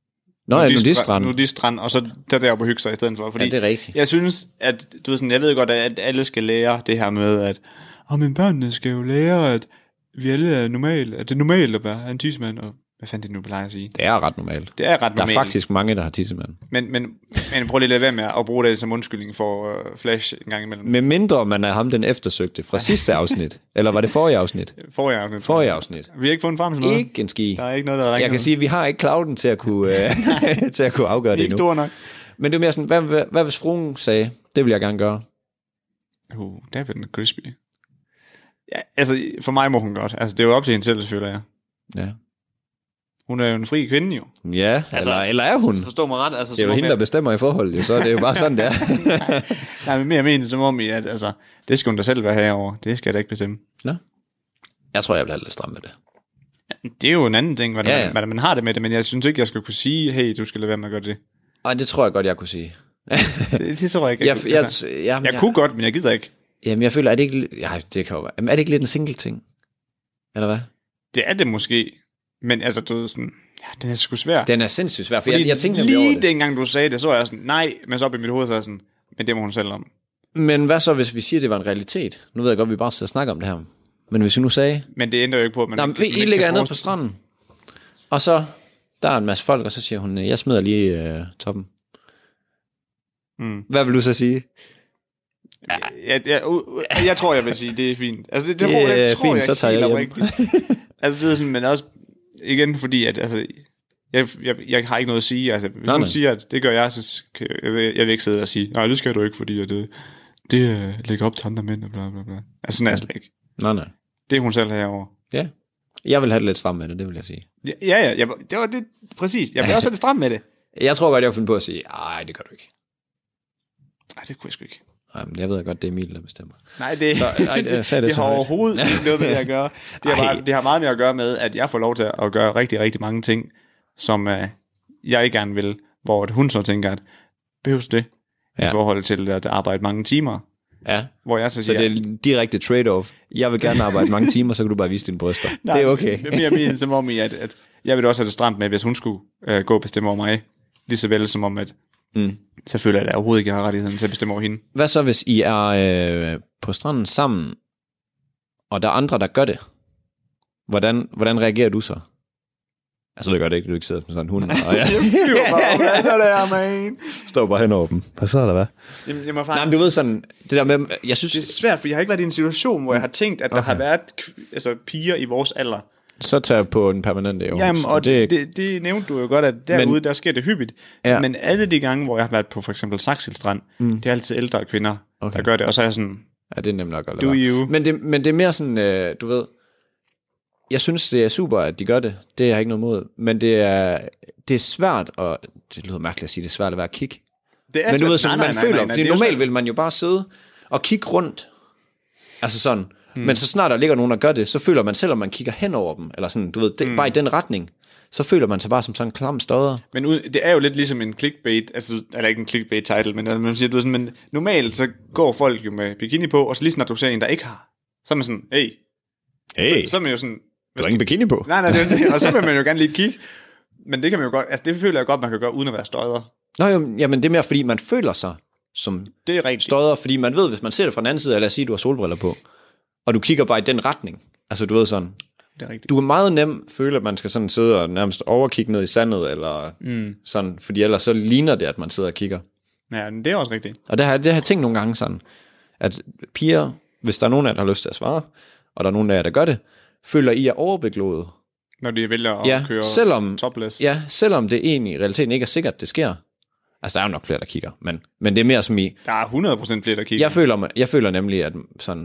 Nå, ja, nudiststrand. Nudiststrand, og så der der på hygge sig i stedet for. Fordi ja, det er rigtigt. Jeg synes, at du ved sådan, jeg ved godt, at alle skal lære det her med, at oh, men børnene skal jo lære, at vi alle er normale, at det er normalt at være en tissemand, og hvad fanden det nu plejer at sige? Det er ret normalt. Det er ret normalt. Der er faktisk mange, der har tissemand. Men, men, men prøv lige at lade være med at bruge det som undskyldning for uh, Flash en gang imellem. Med mindre man er ham den eftersøgte fra sidste afsnit. Eller var det forrige afsnit? Forrige afsnit. Forrige afsnit. Vi har ikke fundet frem til noget. Ikke en ski. Der er ikke noget, der er Jeg kan sige, at vi har ikke clouden til at kunne, uh, til at kunne afgøre det endnu. Ikke stor nok. Men det er mere sådan, hvad, hvad, hvad hvis fruen sagde, det vil jeg gerne gøre? Uh, det er vel crispy. Ja, altså, for mig må hun godt. Altså, det er jo op til hende selv, føler jeg. Ja. Hun er jo en fri kvinde, jo. Ja, altså, eller, eller er hun? Forstår mig ret. Altså, det er jo hende, der bestemmer i forhold, jo, så det er jo bare sådan, det er. nej, nej, men mere mener som om, I, at altså, det skal hun da selv være herovre. Det skal jeg da ikke bestemme. Nå. Jeg tror, jeg bliver lidt stram med det. Ja, det er jo en anden ting, hvordan, ja, ja. Man, hvordan man har det med det, men jeg synes ikke, jeg skal kunne sige, hey, du skal lade være med at gøre det. Ej, det tror jeg godt, jeg kunne sige. det, det tror jeg ikke. Jeg, jeg, jeg, altså, jeg, jeg, jeg kunne godt, men jeg gider ikke. Jamen, jeg føler, at det ikke... Ja, det kan jo være. Er det ikke lidt en single ting? Eller hvad? Det er det måske. Men altså, du ved sådan... Ja, den er sgu svær. Den er sindssygt svær, for fordi jeg, jeg tænkte lige over det. dengang du sagde det, så var jeg sådan, nej, men så op i mit hoved, så er jeg sådan, men det må hun selv om. Men hvad så, hvis vi siger, at det var en realitet? Nu ved jeg godt, at vi bare skal snakke om det her. Men hvis vi nu sagde... Men det ændrer jo ikke på, at man... Nå, ikke, I man ligger nede på stranden, og så... Der er en masse folk, og så siger hun, jeg smider lige øh, toppen. Mm. Hvad vil du så sige? Ja, jeg, jeg, jeg, jeg tror, jeg vil sige, det er fint. Altså, det, det, det tror, er jeg, tror, fint, jeg så tager jeg hjem. altså, det er sådan, men også... Igen, fordi at... Altså, jeg, jeg, jeg har ikke noget at sige. Altså, hvis nej, hun nej. siger, at det gør jeg, så skal jeg, jeg, vil, jeg vil ikke sidde og sige, nej, det skal du ikke, fordi at det, det uh, lægger op til andre mænd, og bla bla bla. Altså, sådan er jeg slet ikke. Nej, nej. Det er hun selv herovre. Ja. Jeg vil have det lidt stramt med det, det vil jeg sige. Ja, ja, ja jeg, det var det præcis. Jeg vil også have det stramt med det. Jeg tror godt, jeg vil finde på at sige, nej, det gør du ikke. Nej, det kunne jeg sgu ikke. Ej, men jeg ved godt, det er Emil, der bestemmer. Nej, det, så, ej, det, det, det, det har overhovedet ikke noget med det at gøre. Det har, meget, det har meget mere at gøre med, at jeg får lov til at gøre rigtig, rigtig mange ting, som uh, jeg ikke gerne vil, hvor hun så tænker, at behøves det, ja. I forhold til at arbejde mange timer. Ja, hvor jeg så, så siger, det er en direkte trade-off. Jeg vil gerne arbejde mange timer, så kan du bare vise dine bryster. Nej, det er okay. Det er mere min, som om, at, at jeg vil også have det stramt med, hvis hun skulle uh, gå og bestemme over mig. Lige så vel som om, at mm. så føler jeg, at jeg overhovedet ikke har rettigheden til at bestemme over hende. Hvad så, hvis I er øh, på stranden sammen, og der er andre, der gør det? Hvordan, hvordan reagerer du så? Altså, ved jeg godt ikke, du ikke sidder med sådan en hund. Og ja. Jeg flyver bare, hvad er det her, man? Står bare hen over dem. Hvad så, eller hvad? Jamen, jeg må faktisk... Nej, men du ved sådan, det der med, jeg synes... Det er svært, for jeg har ikke været i en situation, hvor jeg har tænkt, at der okay. har været altså, piger i vores alder. Så tager jeg på en permanent Aarhus. Jamen, og det, det, det nævnte du jo godt, at derude, men, der sker det hyppigt. Ja. Men alle de gange, hvor jeg har været på for eksempel Saxil Strand, mm. det er altid ældre kvinder, okay. der gør det, og så er jeg sådan... Ja, det er nemt nok at do you. Men det, men det er mere sådan, øh, du ved... Jeg synes, det er super, at de gør det. Det er jeg ikke noget mod. Men det er, det er svært, og det lyder mærkeligt at sige, det er svært at være kig. Det er men du ved, nej, man nej, nej, føler, nej, nej, fordi normalt vil man jo bare sidde og kigge rundt. Altså sådan. Hmm. Men så snart der ligger nogen, der gør det, så føler man, selvom man kigger hen over dem, eller sådan, du ved, det, hmm. bare i den retning, så føler man sig bare som sådan en klam stodder. Men det er jo lidt ligesom en clickbait, altså, eller ikke en clickbait title, men man siger, du ved sådan, men normalt så går folk jo med bikini på, og så lige snart du ser en, der ikke har, så er man sådan, hey. Hey. Så, så er man jo sådan, du har ingen bikini på. Nej, nej, det er det. Og så vil man jo gerne lige kigge. Men det kan man jo godt, altså det føler jeg godt, man kan gøre, uden at være støder. Nå jo, jamen det er mere, fordi man føler sig som det er støder, fordi man ved, hvis man ser det fra den anden side, eller sige, du har solbriller på, og du kigger bare i den retning, altså du ved sådan, det er rigtigt. Du kan meget nemt føle, at man skal sådan sidde og nærmest overkigge ned i sandet, eller mm. sådan, fordi ellers så ligner det, at man sidder og kigger. Ja, det er også rigtigt. Og det har, det har jeg tænkt nogle gange sådan, at piger, hvis der er nogen af jer, der har lyst til at svare, og der er nogen af jer, der gør det, føler I er overbeglået. Når de vælger at ja, køre selvom, topless. Ja, selvom det egentlig i realiteten ikke er sikkert, det sker. Altså, der er jo nok flere, der kigger, men, men det er mere som i... Der er hundrede procent flere, der kigger. Jeg føler, jeg føler nemlig, at sådan...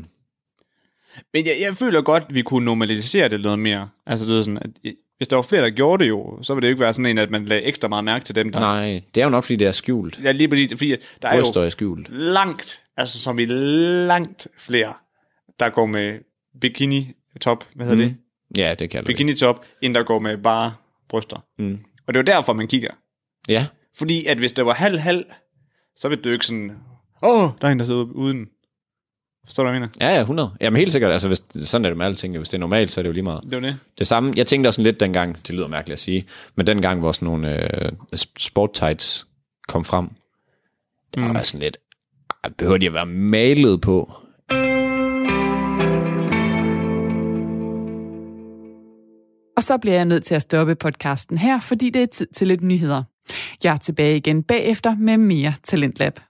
Men jeg, jeg føler godt, at vi kunne normalisere det noget mere. Altså, det er sådan, at hvis der var flere, der gjorde det jo, så ville det jo ikke være sådan en, at man lagde ekstra meget mærke til dem, der... Nej, det er jo nok, fordi det er skjult. Ja, lige fordi, fordi der er jo er skjult. langt, altså som i langt flere, der går med bikini-top, hvad hedder mm. det? Ja, det kalder bikini-top, end der går med bare bryster. Mm. Og det er jo derfor, man kigger. Ja. Fordi at hvis det var halv-halv, så vil det jo ikke sådan, åh, oh, der er en, der sidder uden. Forstår du, hvad jeg Ja, ja, hundrede. Jamen helt sikkert. Altså, hvis, sådan er det med alle ting. Hvis det er normalt, så er det jo lige meget. Det var det. Det samme, jeg tænkte også lidt dengang, det lyder mærkeligt at sige, men dengang, hvor sådan nogle øh, sport tights kom frem, der mm. var sådan lidt, behøver de at være malet på? Og så bliver jeg nødt til at stoppe podcasten her, fordi det er tid til lidt nyheder. Jeg er tilbage igen bagefter med mere Talentlab.